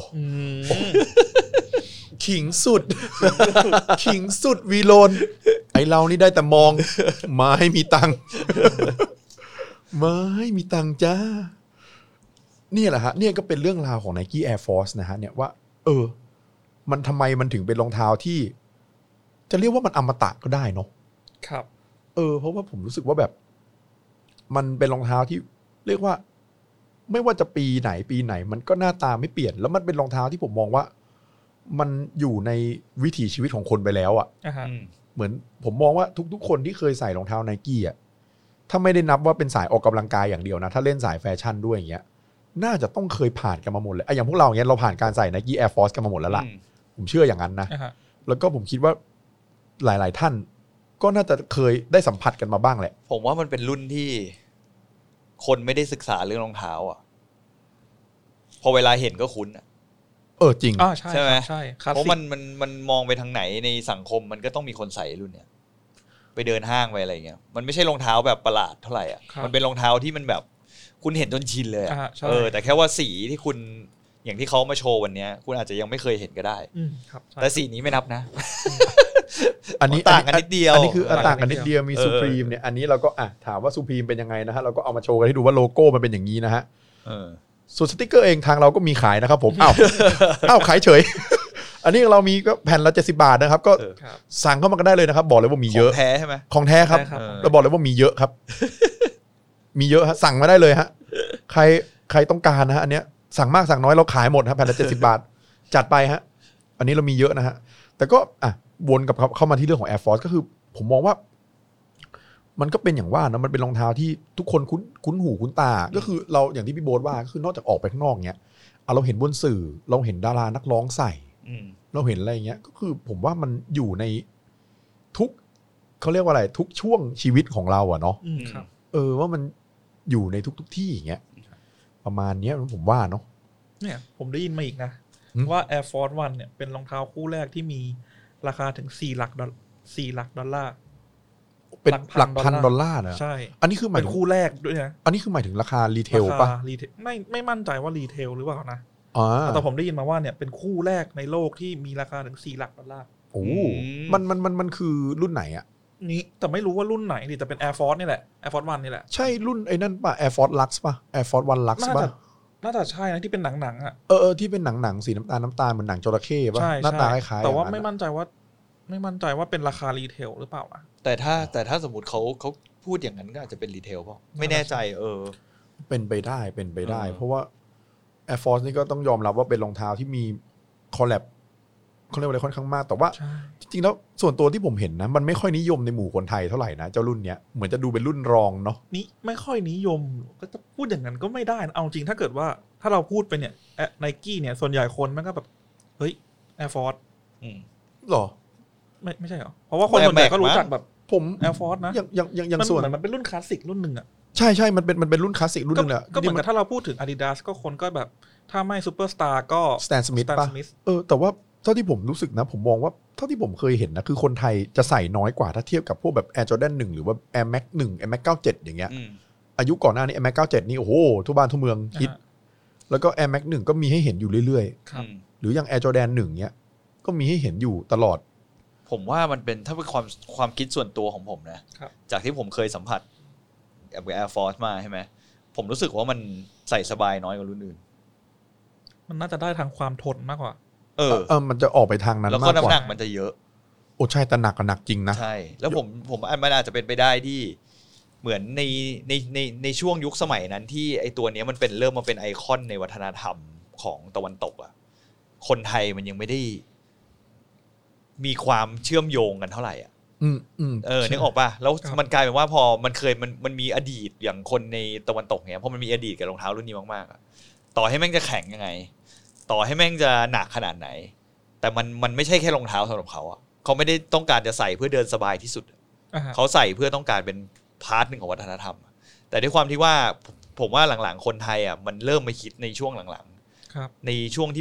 Speaker 2: ขิงสุดขิงสุดวีโลนไอเรานี่ได้แต่มองมาให้มีตังค์มาให้มีตังค์จ้านี่แหละฮะเนี่ยก็เป็นเรื่องราวของ Nike Air Force นะฮะเนี่ยว่าเออมันทำไมมันถึงเป็นรองเท้าที่จะเรียกว่ามันอมตะก็ได้เนาะ
Speaker 3: ครับ
Speaker 2: เออเพราะว่าผมรู้สึกว่าแบบมันเป็นรองเท้าที่เรียกว่าไม่ว่าจะปีไหนปีไหนมันก็หน้าตาไม่เปลี่ยนแล้วมันเป็นรองเท้าที่ผมมองว่ามันอยู่ในวิถีชีวิตของคนไปแล้วอ่ะ
Speaker 3: uh-huh.
Speaker 2: เหมือนผมมองว่าทุกๆคนที่เคยใส่รองเท้า Nike อ่ะถ้าไม่ได้นับว่าเป็นสายออกกำลังกายอย่างเดียวนะถ้าเล่นสายแฟชั่นด้วยอย่างเงี้ยน่าจะต้องเคยผ่านกันมาหมดเลยไอ้อย่างพวกเราเงี้ยเราผ่านการใส่ Nike Air Force กันมาหมดแล้วล่ะผมเชื่ออย่างนั้นนะ
Speaker 3: uh-huh.
Speaker 2: แล้วก็ผมคิดว่าหลายๆท่านก็น่าจะเคยได้สัมผัสกันมาบ้างแหละ
Speaker 4: ผมว่ามันเป็นรุ่นที่คนไม่ได้ศึกษาเรื่องรองเท้าอ่ะพอเวลาเห็นก็คุ้นอ่ะ
Speaker 2: เออจริง
Speaker 4: ใช่ไหมใช่เพราะมันมันมันมองไปทางไหนในสังคมมันก็ต้องมีคนใส่รุ่นเนี้ยไปเดินห้างไปอะไรเงี้ยมันไม่ใช่รองเท้าแบบประหลาดเท่าไหร่อ่ะมันเป็นรองเท้าที่มันแบบคุณเห็นจนชินเลยเออแต่แค่ว่าสีที่คุณอย่างที่เขามาโชว์วันนี้คุณอาจจะยังไม่เคยเห็นก็ได้แต่สีนี้ไม่นับนะ
Speaker 2: อันนี้
Speaker 4: ต่างกันนิดเดียว
Speaker 2: อันนี้คือต่างกันนิดเดียวมีซูพรีมเนี่ยอันนี้เราก็อ่ะถามว่าซูพรีมเป็นยังไงนะฮะเราก็เอามาโชว์กันให้ดูว่าโลโก้มันเป็นอย่างนี้นะฮะส่วนสติ๊กเกอร์เองทางเราก็มีขายนะครับผมอ้าวอ้าวขายเฉยอันนี้เรามีก็แผ่นละเจ็ดสิบบาทนะครับก็สั่งเข้ามากันได้เลยนะครับบอกเลยว่ามีเยอะ
Speaker 4: ของแท้ใช่ไหม
Speaker 2: ของแท้ครับเราบอกเลยว่ามีเยอะครับมีเยอะฮะสั่งมาได้เลยฮะใครใครต้องการนะฮะอันเนี้ยสั่งมากสั่งน้อยเราขายหมดฮะแผ่นละเจ็ดสิบบาทจัดไปฮะอันนี้เรามีเยอะนะฮะแต่ก็อ่ะวนกับเข้ามาที่เรื่องของ Air Force ก็คือผมมองว่ามันก็เป็นอย่างว่านะมันเป็นรองเท้าที่ทุกคนคุ้นคุ้นหูคุ้นตาก็คือเราอย่างที่พี่โบ๊ทว่าก็คือนอกจากออกไปข้างนอกเนี้ยเราเห็นบนสื่อเราเห็นดารานักร้องใส่เราเห็นอะไรเงี้ยก็คือผมว่ามันอยู่ในทุกเขาเรียกว่าอะไรทุกช่วงชีวิตของเราอะเนาะเออว่ามันอยู่ในทุกๆที่อย่างเงี้ยประมาณนี้ผมว่าเนาะ
Speaker 3: เนี่ยผมได้ยินมาอีกนะว่า Air Force วันเนี่ยเป็นรองเท้าคู่แรกที่มีราคาถึงสี่หลักดอลสี่หลักดอลลาร์
Speaker 2: เป็นหลักพันดอลลาร์นะ
Speaker 3: ใช่
Speaker 2: อันนี้คือหมาย
Speaker 3: ถึงคู่แรกด้วยนะ
Speaker 2: อันนี้คือหมายถึงราคารีเทลป่ะ
Speaker 3: ไม่ไม่มั่นใจว่ารีเทลหรือเปล่านะแต่ผมได้ยินมาว่าเนี่ยเป็นคู่แรกในโลกที่มีราคาถึงสี่หลักดอลลาร์
Speaker 2: โอ้มันมันมันมันคือรุ่นไหนอ่ะ
Speaker 3: นี่แต่ไม่รู้ว่ารุ่นไหนดิแต่เป็น Air Force นี่แหละ Air Force วันนี่แหละ
Speaker 2: ใช่รุ่นไอ้นั่นป่ะ Air Force Lux ป่ะ Air Force One Lux ป่ะ
Speaker 3: น่าจะใช่นะที่เป็นหนังๆอ่ะ
Speaker 2: เออที่เป็นหนังๆสีน้ำตาลน้ำตาลเหมือนหนังจระเข้ป่ะหน้าตาคล้ายๆ
Speaker 3: แต่ว่าไม่มั่นใจว่าไม่มั่นใจว่าเป็นราคารีเทลหรือเปล่าอ่ะ
Speaker 4: แต่ถ้าแต่ถ้าสมมติเขาเขาพูดอย่างนั้นก็อาจจะเป็นรีเทลป่ะไม่แน่ใจเออ
Speaker 2: เป็นไปได้เป็นไปได้เพราะว่า Air Force นี่ก็ต้องยอมรับว่าเป็นรองเท้าที่มีคอลแลบเขาเรียกว่าอะไรค่อนข้างมากแต่ว่าจริงๆแล้วส่วนตัวที่ผมเห็นนะมันไม่ค่อยนิยมในหมู่คนไทยเท่าไหร่นะเจ้ารุ่นเนี้ยเหมือนจะดูเป็นรุ่นรองเนาะ
Speaker 3: นี่ไม่ค่อยนิยมก็จะพูดอย่างนั้นก็ไม่ได้เอาจริงถ้าเกิดว่าถ้าเราพูดไปเนี่ย Nike เนี่ยส่วนใหญ่คนมันก็แบบเฮ้ย Air Force
Speaker 2: อืมหรอ
Speaker 3: ไม่ไม่ใช่หรอเพราะว่าคนส่วนใหญ่ก็รู้จักแบบ
Speaker 2: ผม
Speaker 3: Air Force นะ
Speaker 2: อย่างอย่างอย่างส่วน
Speaker 3: มันเป็นรุ่นคลาสสิกรุ่นนึงอ่ะ
Speaker 2: ใช่ๆมันเป็นมันเป็นรุ่นคลาสสิกรุ่นนึงแหละ
Speaker 3: ก็เหมือนถ้าเราพูดถึง Adidas ก็คนก็แบบถ้าไม่ซูเปอร์สตาร์ก็
Speaker 2: Stan Smith ป่ะเออแต่ว่าเท่าที่ผมรู้สึกนะผมมองว่าเท่าที่ผมเคยเห็นนะคือคนไทยจะใส่น้อยกว่าถ้าเทียบกับพวกแบบ Air Jordan หนึ่งหรือว่า Air Max หนึ่ง Air Max เก้าสิบเจ็ดอย่างเงี้ยอายุก่อนหน้านี้ Air Max เก้าสิบเจ็ดนี่โอ้โหทุกบ้านทุกเมืองฮิตแล้วก็ Air Max หนึ่งก็มีให้เห็นอยู่เรื่อยๆหรืออย่าง Air Jordan หนึ่งเงี้ยก็มีให้เห็นอยู่ตลอด
Speaker 4: ผมว่ามันเป็นถ้าเป็นความความคิดส่วนตัวของผมนะจากที่ผมเคยสัมผัสกับ Air Force มาใช่ไหมผมรู้สึกว่ามันใส่สบายน้อยกว่ารุ่นอื่น
Speaker 3: มันน่าจะได้ทางความทนมากกว่า
Speaker 2: เออเออมันจะออกไปทางนั้นมากกว่า
Speaker 4: แล้วก็น้ำหนักมันจะเยอะ
Speaker 2: โอ้ใช่แต่หนักก็หนักจริงนะ
Speaker 4: ใช่แล้วผมผมมันอาจจะเป็นไปได้ที่เหมือนในในในในช่วงยุคสมัยนั้นที่ไอตัวนี้มันเป็นเริ่มมาเป็นไอคอนในวัฒนธรรมของตะวันตกอ่ะคนไทยมันยังไม่ได้มีความเชื่อมโยงกันเท่าไหร่อ่ะ
Speaker 2: อืมอืม
Speaker 4: เออนึกออกป่ะแล้วมันกลายเป็นว่าพอมันเคยมันมันมีอดีตอย่างคนในตะวันตกเนี้ยพอมันมีอดีตกับรองเท้ารุ่นนี้มากๆอ่ะต่อให้แม่งจะแข็งยังไงต่อให้แม่งจะหนักขนาดไหนแต่มันมันไม่ใช่แค่รองเท้าสำหรับเขาอ่ะเขาไม่ได้ต้องการจะใส่เพื่อเดินสบายที่สุด uh-huh. เขาใส่เพื่อต้องการเป็นพาร์ทหนึ่งของวัฒนธรรมแต่ด้วยความที่ว่าผมว่าหลังๆคนไทยอ่ะมันเริ่มมาคิดในช่วงหลังๆในช่วงที่แบบ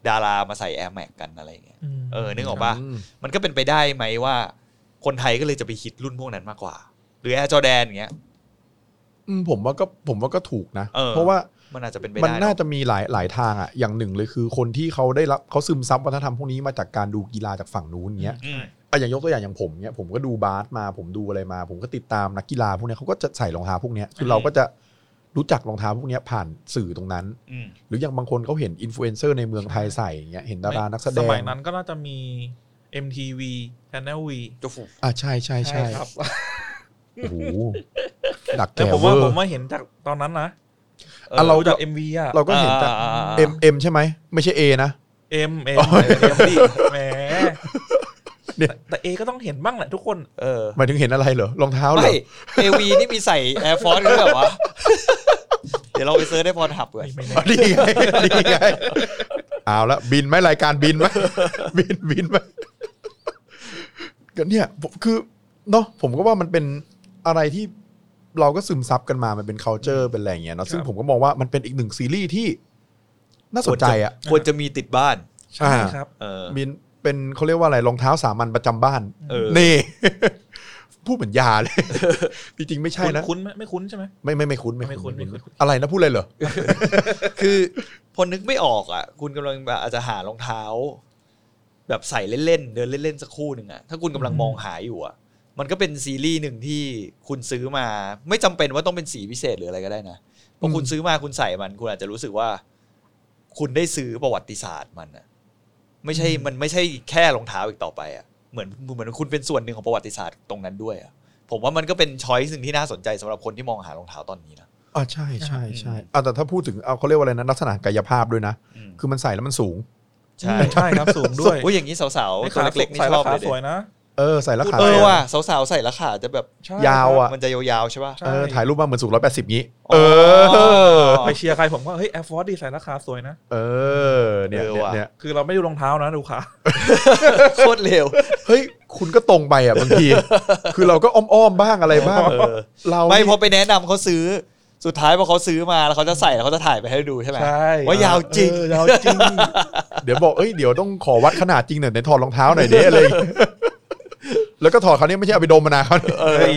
Speaker 4: ดารามาใส่ Air Max กันอะไรอย่างเงี้ยเออนึกออกป่ะมันก็เป็นไปได้ไหมว่าคนไทยก็เลยจะไปคิดรุ่นพวกนั้นมากกว่าหรือ Air Jordan อย่างเงี้ย
Speaker 2: อืมผมว่าก็ผมว่าก็ถูกนะเพราะว่า
Speaker 4: มันอาจจะเป็นไปได้
Speaker 2: มันน่าจะมีหลายหลายทางอ่ะอย่างหนึ่งเลยคือคนที่เขาได้รับเขาซึมซับวัฒนธรรมพวกนี้มาจากการดูกีฬาจากฝั่งนู้นเงี้ยอ่ะอย่างยกตัวอย่างอย่างผมเนี้ยผมก็ดูบาสมาผมดูอะไรมาผมก็ติดตามนักกีฬาพวกนี้เขาก็จะใส่รองเท้าพวกนี้คือเราก็จะรู้จักรองเท้าพวกนี้ผ่านสื่อตรงนั้นหรืออย่างบางคนเขาเห็นอินฟลูเอนเซอร์ในเมืองไทยใส่เงี้ยเห็นดารานักแสดง
Speaker 3: สมัยนั้นก็น่าจะมี เอ็ม ที วี Channel V
Speaker 2: อ่ะใช่ใช่ใช่
Speaker 3: ครับ
Speaker 2: โอ้โหดักแก่
Speaker 3: ผมว่าผมว่าเห็นจากตอนนั้นนะ
Speaker 2: เรา
Speaker 3: จาก เอ็ม วี อ่ะ
Speaker 2: เราก็เห็นจาก M M ใช่ไหมไม่ใช่ A นะ
Speaker 3: M M M ดิแหมแต่ A ก็ต้องเห็นบ้างแหละทุกคน
Speaker 2: เออหมายถึงเห็นอะไรเหรอรองเท้าเหรอ
Speaker 4: ไม่ เอ วี นี่มีใส่ Air Force ด้วยแบบว่าเดี๋ยวเราไปเซิร์ชได้พอทับเลย
Speaker 2: ดีไงดีไงเอาละบินไหมรายการบินไหมบินบินไหมก็เนี่ยคือเนาะผมก็ว่ามันเป็นอะไรที่เราก็ซึมซับกันมามันเป็น culture เป็นอะไรอย่างเงี้ยเนาะซึ่งผมก็มองว่ามันเป็นอีกหนึ่งซีรีส์ที่น่าสนใจอ่ะ
Speaker 4: ควรจะมีติดบ้าน
Speaker 2: ใช่ครับมีเป็นเขาเรียกว่าอะไรรองเท้าสามัญประจำบ้านนี่พูดเหมือนยาเลยจริงๆไม่ใช่นะ
Speaker 3: คุ้นไม่คุ้นใช่ไหม
Speaker 2: ไม่ไม่ไม่คุ้นไม่คุ้นอะไรนะพูดเลยเหรอ
Speaker 4: คือพอนึกไม่ออกอ่ะคุณกำลังแบบอาจจะหารองเท้าแบบใส่เล่นๆเดินเล่นๆสักคู่หนึ่งอ่ะถ้าคุณกำลังมองหาอยู่อ่ะมันก็เป็นซีรีส์หนึ่งที่คุณซื้อมาไม่จำเป็นว่าต้องเป็นสีพิเศษหรืออะไรก็ได้นะพอคุณซื้อมาคุณใส่มันคุณอาจจะรู้สึกว่าคุณได้ซื้อประวัติศาสตร์มันอ่ะไม่ใช่มันไม่ใช่แค่รองเท้าอีกต่อไปอ่ะเหมือนเหมือนคุณเป็นส่วนหนึ่งของประวัติศาสตร์ตรงนั้นด้วยอ่ะผมว่ามันก็เป็นช้อยส์หนึ่งที่น่าสนใจสำหรับคนที่มองหารองเท้าตอนนี้นะ
Speaker 2: อ๋อใช่ใช่ใช่อ่ะแต่ถ้าพูดถึงเอาเขาเรียกว่าอะไรนะลักษณะกายภาพด้วยนะคือมันใส่แล้วมันสูง
Speaker 3: ใช่ใช่ครับสูงด้วย
Speaker 4: โอ้ยอย่างนี้สาวๆตัวเล็กๆนี่ชอบเลย
Speaker 3: สวยนะ
Speaker 2: เออใส่ราคา
Speaker 4: เออว่ะสาวๆใส่ราคาจะแบบ
Speaker 2: ยาวอ่ะ
Speaker 4: มันจะยาวๆใช่ป่ะ
Speaker 2: เออถ่ายรูปมาเหมือนสูงหนึ่งร้อยแปดสิบงี้เอ
Speaker 3: อไปเชียร์ใครผมก็เฮ้ย Air Force ดีใส่ราคาสวยนะ
Speaker 2: เออเนี่ยเนี่ย
Speaker 3: คือเราไม่ดูรองเท้านะดูขา
Speaker 4: โคตรเร็ว
Speaker 2: เฮ้ยคุณก็ตรงไปอ่ะบางทีคือเราก็อ้อมๆบ้างอะไรบ้าง
Speaker 4: เราไม่พอไปแนะนำเขาซื้อสุดท้ายพอเขาซื้อมาแล้วเขาจะใส่แล้วเขาจะถ่ายไปให้ดูใช่ไหมว่ายาวจริง
Speaker 2: ยาวจริงเดี๋ยวบอกเอ้ยเดี๋ยวต้องขอวัดขนาดจริงหน่อยในถอดรองเท้าหน่อยเด้อะไรแล้วก็ถอดเขาเนี่ยไม่ใช่เอาไปดมมานาเขาเอ้ย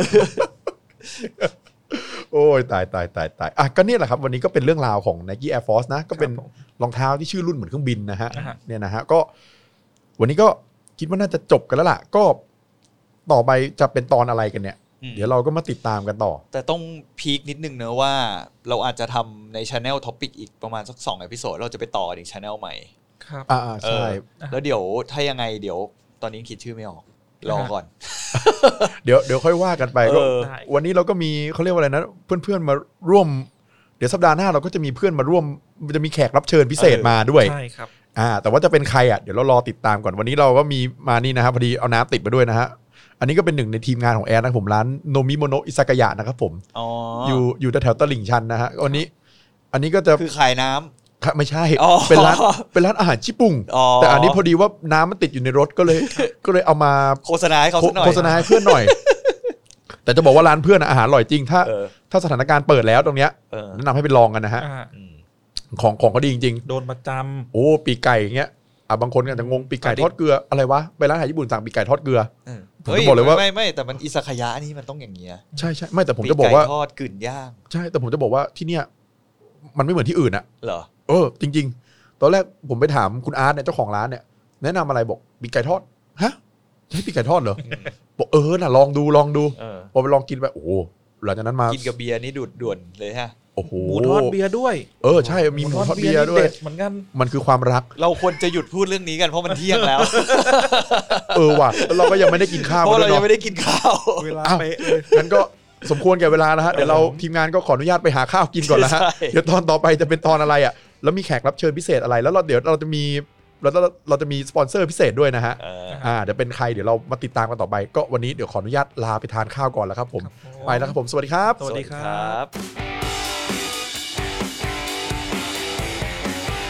Speaker 2: โอ้ยตายตายตายตายอ่ะก็เนี่ยแหละครับวันนี้ก็เป็นเรื่องราวของ Nike Air Force นะก็เป็นรองเท้าที่ชื่อรุ่นเหมือนเครื่องบินนะฮะเนี่ยนะฮะก็วันนี้ก็คิดว่าน่าจะจบกันแล้วล่ะก็ต่อไปจะเป็นตอนอะไรกันเนี่ยเดี๋ยวเราก็มาติดตามกันต่อ
Speaker 4: แต่ต้องพีคนิดนึงเนอะว่าเราอาจจะทำใน Channel Topic อีกประมาณสักสองเอพิโซดเราจะไปต่ออีก Channel ใหม่
Speaker 3: ครับ
Speaker 2: อ่าใช่
Speaker 4: แล้วเดี๋ยวถ้ายังไงเดี๋ยวตอนนี้คิดชื่อไม่ออกรอก่อน
Speaker 2: เดี๋ยวเดี๋ยวค่อยว่ากันไปก็วันนี้เราก็มีเขาเรียกว่าอะไรนะเพื่อนๆมาร่วมเดี๋ยวสัปดาห์หน้าเราก็จะมีเพื่อนมาร่วมจะมีแขกรับเชิญพิเศษมาด้วย
Speaker 3: ใช่ครับ
Speaker 2: อ่าแต่ว่าจะเป็นใครอ่ะเดี๋ยวเรารอติดตามก่อนวันนี้เราก็มีมานี่นะครับพอดีเอาน้ำติดมาด้วยนะฮะอันนี้ก็เป็นหนึ่งในทีมงานของแอร์นะครับผมร้านโนมิโมโนะอิซากายะนะครับผมอยู่อยู่แถวตลิ่งชันนะฮะวันนี้อันนี้ก็จะ
Speaker 4: คือขายน้ำ
Speaker 2: ไม่ใช่เป็นร้านเป็นร้านอาหารญี่ปุ่นแต่อันนี้พอดีว่าน้ำมันติดอยู่ในรถก็เลยก็เลยเอามา
Speaker 4: โฆษณาให้เขาสักหน่อย
Speaker 2: โฆษณาให้เพื่อนหน่อยแต่จะบอกว่าร้านเพื่อนอาหารอร่อยจริงถ้าถ้าสถานการณ์เปิดแล้วตรงเนี้ยแนะนำให้ไปลองกันนะฮะของของเขาดีจริง
Speaker 3: ๆโดนประจำ
Speaker 2: โอ้ปีกไก่อย่างเงี้ยอ่ะบางคนอาจจะงงปีกไก่ทอดเกลืออะไรวะไปร้านอาหารญี่ปุ่นสั่งปีกไก่ทอดเกลือ
Speaker 4: ผมจะบอกเลยว่าไม่ไม่แต่มันอิซากายะนี่มันต้องอย่างเงี้ย
Speaker 2: ใช่ใช่ไม่แต่ผมจะบอกว่า
Speaker 4: ปีกไก่ทอดกึ่นย่าง
Speaker 2: ใช่แต่ผมจะบอกว่าที่เนี้ยมันไม่เหมือนที่อื่นอะ
Speaker 4: เหรอ
Speaker 2: เออจริงๆตอนแรกผมไปถามคุณอาร์ตเนี่ยเจ้าของร้านเนี่ยแนะนำอะไรบอกปีกไก่ทอดฮะใช่ปีกไก่ทอดเหรอบอกเออน่ะลองดูลองดูพอไปลองกินไปโอ้หลังจากนั้นมา
Speaker 4: กินกับเบียร์นี่ดูดด่วนเลยฮะ
Speaker 2: โอ้โห
Speaker 3: หมูทอดเบียร์ด้วย
Speaker 2: เออใช่มีหมูทอดเบียร์ด้วย
Speaker 3: เหมือนกัน
Speaker 2: มันคือความรัก
Speaker 4: เราควรจะหยุดพูดเรื่องนี้กันเพราะมันเที่ยงแล้ว
Speaker 2: เออว่ะเราก็ยังไม่ได้กินข้าว
Speaker 4: เพราะเรายังไม่ได้กินข้าว
Speaker 3: เวลาเป๊ะ
Speaker 2: งั้นก็สมควรแก่เวลานะฮะเดี๋ยวเราทีมงานก็ขออนุญาตไปหาข้าวกินก่อนแล้วฮะเดี๋ยวตอนต่อไปจะเป็นตอนอะไรอ่ะแล้วมีแขกรับเชิญพิเศษอะไรแล้วเราเดี๋ยวเราจะมีเราเราจะมีสปอนเซอร์พิเศษด้วยนะฮะอ่าเดี๋ยวเป็นใครเดี๋ยวเรามาติดตามกันต่อไปก็วันนี้เดี๋ยวขออนุญาตลาไปทานข้าวก่อนแล้วครับผมไปแล้วครับผมสวัสดีครับ
Speaker 3: สวัสดีครับ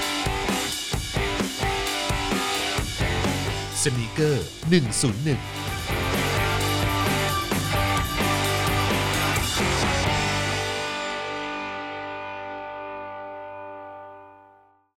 Speaker 1: สนีกเกอร์หนึ่งศูนย์หนึ่ง